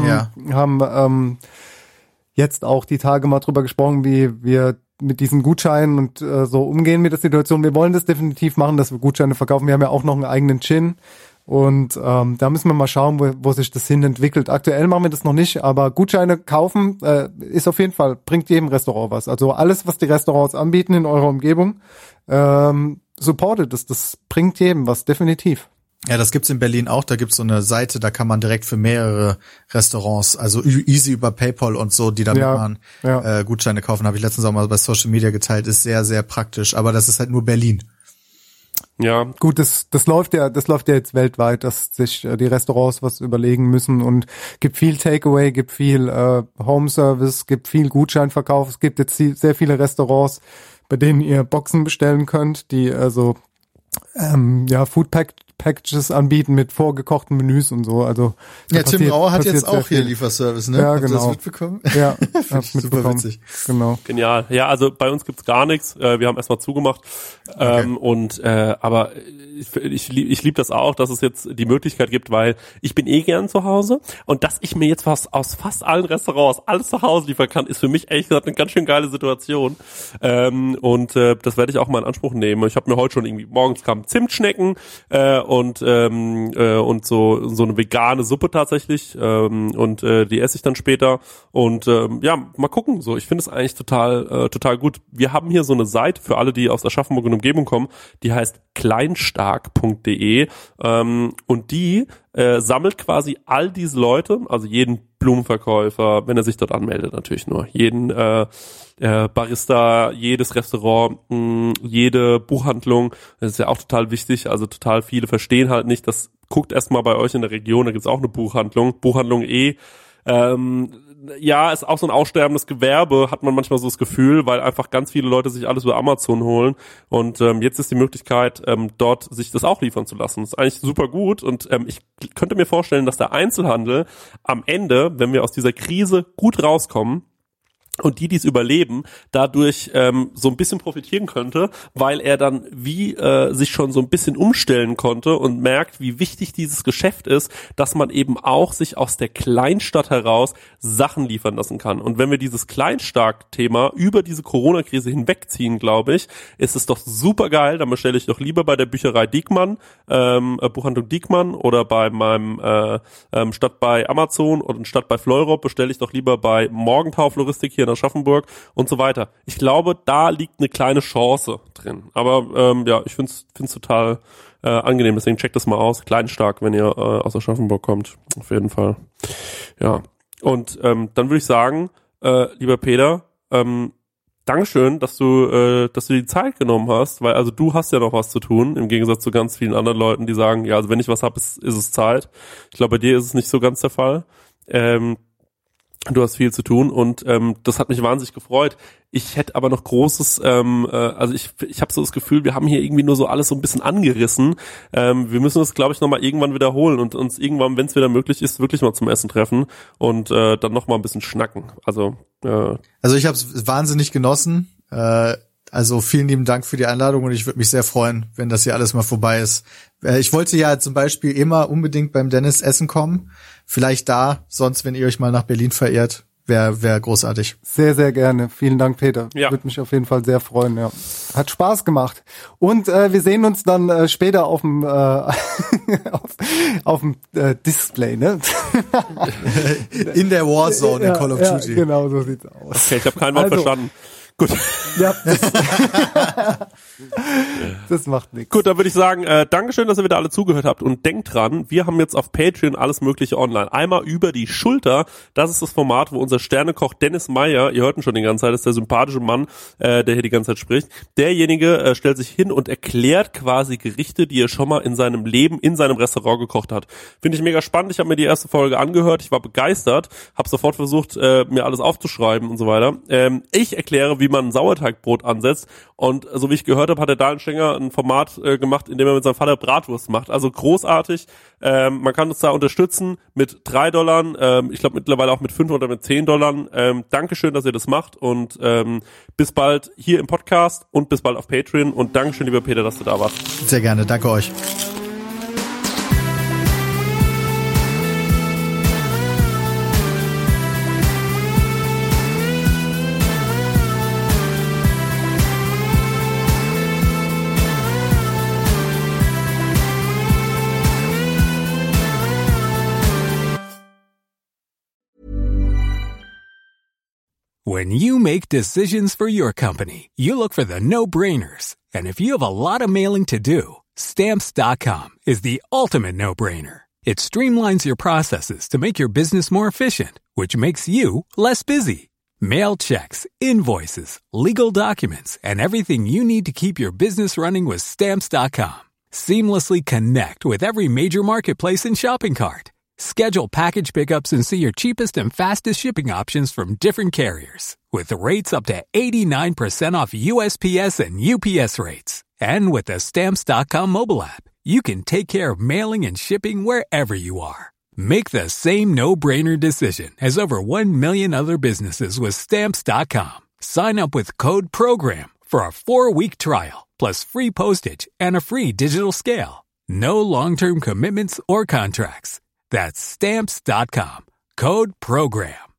D: haben jetzt auch die Tage mal drüber gesprochen, wie wir mit diesen Gutscheinen und so umgehen mit der Situation. Wir wollen das definitiv machen, dass wir Gutscheine verkaufen. Wir haben ja auch noch einen eigenen Gin und da müssen wir mal schauen, wo sich das hin entwickelt. Aktuell machen wir das noch nicht, aber Gutscheine kaufen ist auf jeden Fall, bringt jedem Restaurant was. Also alles, was die Restaurants anbieten in eurer Umgebung, supportet es. Das bringt jedem was, definitiv.
H: Ja, das gibt's in Berlin auch. Da gibt's so eine Seite, da kann man direkt für mehrere Restaurants, also easy über PayPal und so, die damit man Gutscheine kaufen. Habe ich letztens auch mal bei Social Media geteilt. Ist sehr, sehr praktisch. Aber das ist halt nur Berlin.
C: Ja.
D: Gut, das läuft ja jetzt weltweit, dass sich die Restaurants was überlegen müssen und gibt viel Takeaway, gibt viel Homeservice, gibt viel Gutscheinverkauf. Es gibt jetzt sehr viele Restaurants, bei denen ihr Boxen bestellen könnt, die Food Packages anbieten mit vorgekochten Menüs und so. Also
H: ja, Tim Rauer hat jetzt auch hier Lieferservice, ne?
D: Ja,
H: Habt
D: genau.
H: ihr das mitbekommen?
D: Ja, hab's mitbekommen.
H: Super witzig.
D: Genau.
C: Genial. Ja, also bei uns gibt's gar nichts. Wir haben erstmal zugemacht. Okay. Aber ich lieb das auch, dass es jetzt die Möglichkeit gibt, weil ich bin gern zu Hause und dass ich mir jetzt was aus fast allen Restaurants alles zu Hause liefern kann, ist für mich ehrlich gesagt eine ganz schön geile Situation. Das werde ich auch mal in Anspruch nehmen. Ich habe mir heute schon irgendwie, morgens kamen Zimtschnecken und so eine vegane Suppe tatsächlich die esse ich dann später und mal gucken. So, ich finde es eigentlich total gut. Wir haben hier so eine Seite für alle, die aus Aschaffenburg und Umgebung kommen, die heißt kleinstark.de und die sammelt quasi all diese Leute, also jeden Blumenverkäufer, wenn er sich dort anmeldet natürlich nur, jeden Barista, jedes Restaurant, jede Buchhandlung, das ist ja auch total wichtig, also total viele verstehen halt nicht, das guckt erstmal bei euch in der Region, da gibt's auch eine Buchhandlung ja, ist auch so ein aussterbendes Gewerbe, hat man manchmal so das Gefühl, weil einfach ganz viele Leute sich alles über Amazon holen und jetzt ist die Möglichkeit, dort sich das auch liefern zu lassen. Das ist eigentlich super gut und ich könnte mir vorstellen, dass der Einzelhandel am Ende, wenn wir aus dieser Krise gut rauskommen, und die es überleben, dadurch so ein bisschen profitieren könnte, weil er dann sich schon so ein bisschen umstellen konnte und merkt, wie wichtig dieses Geschäft ist, dass man eben auch sich aus der Kleinstadt heraus Sachen liefern lassen kann. Und wenn wir dieses Kleinstark-Thema über diese Corona-Krise hinwegziehen, glaube ich, ist es doch super geil. Dann bestelle ich doch lieber bei der Bücherei Diekmann, Buchhandlung Diekmann oder bei meinem statt bei Amazon und statt bei Fleurop bestelle ich doch lieber bei Morgenthau Floristik hier in Aschaffenburg und so weiter. Ich glaube, da liegt eine kleine Chance drin. Aber ja, ich find's total angenehm. Deswegen checkt das mal aus. Kleinstark, wenn ihr aus Aschaffenburg kommt. Auf jeden Fall. Ja. Und dann würde ich sagen, lieber Peter, Dankeschön, dass du die Zeit genommen hast, weil also du hast ja noch was zu tun, im Gegensatz zu ganz vielen anderen Leuten, die sagen, ja, also wenn ich was habe, ist es Zeit. Ich glaube, bei dir ist es nicht so ganz der Fall. Du hast viel zu tun und das hat mich wahnsinnig gefreut. Ich hätte aber noch Großes, also ich habe so das Gefühl, wir haben hier irgendwie nur so alles so ein bisschen angerissen. Wir müssen das, glaube ich, nochmal irgendwann wiederholen und uns irgendwann, wenn es wieder möglich ist, wirklich mal zum Essen treffen und dann nochmal ein bisschen schnacken. Also
H: ich habe es wahnsinnig genossen. Also vielen lieben Dank für die Einladung und ich würde mich sehr freuen, wenn das hier alles mal vorbei ist. Ich wollte ja zum Beispiel immer unbedingt beim Dennis essen kommen. Vielleicht da, sonst wenn ihr euch mal nach Berlin verirrt, wäre großartig.
D: Sehr, sehr gerne. Vielen Dank, Peter.
C: Ja.
D: Würde mich auf jeden Fall sehr freuen. Ja. Hat Spaß gemacht. Und wir sehen uns dann später auf dem auf dem Display, ne?
H: In der Warzone in Call of Duty.
D: Ja, genau, so sieht's aus.
C: okay, ich habe kein Wort verstanden. Gut.
D: Ja, das macht nichts.
C: Gut, dann würde ich sagen, Dankeschön, dass ihr wieder alle zugehört habt und denkt dran, wir haben jetzt auf Patreon alles mögliche online. Einmal über die Schulter, das ist das Format, wo unser Sternekoch Dennis Meyer, ihr hört ihn schon die ganze Zeit, das ist der sympathische Mann, der hier die ganze Zeit spricht. Derjenige stellt sich hin und erklärt quasi Gerichte, die er schon mal in seinem Leben, in seinem Restaurant gekocht hat. Finde ich mega spannend, ich habe mir die erste Folge angehört, ich war begeistert, habe sofort versucht, mir alles aufzuschreiben und so weiter. Ich erkläre, wie man ein Sauerteigbrot ansetzt und so wie ich gehört habe, hat der Daniel Stenger ein Format gemacht, in dem er mit seinem Vater Bratwurst macht. Also großartig. Man kann uns da unterstützen mit $3. Ich glaube mittlerweile auch mit 5 oder mit $10. Dankeschön, dass ihr das macht und bis bald hier im Podcast und bis bald auf Patreon und Dankeschön, lieber Peter, dass du da warst.
H: Sehr gerne, danke euch.
G: When you make decisions for your company, you look for the no-brainers. And if you have a lot of mailing to do, Stamps.com is the ultimate no-brainer. It streamlines your processes to make your business more efficient, which makes you less busy. Mail checks, invoices, legal documents, and everything you need to keep your business running with Stamps.com. Seamlessly connect with every major marketplace and shopping cart. Schedule package pickups and see your cheapest and fastest shipping options from different carriers. With rates up to 89% off USPS and UPS rates. And with the Stamps.com mobile app, you can take care of mailing and shipping wherever you are. Make the same no-brainer decision as over 1 million other businesses with Stamps.com. Sign up with code PROGRAM for a 4-week trial, plus free postage and a free digital scale. No long-term commitments or contracts. That's Stamps.com. Code PROGRAM.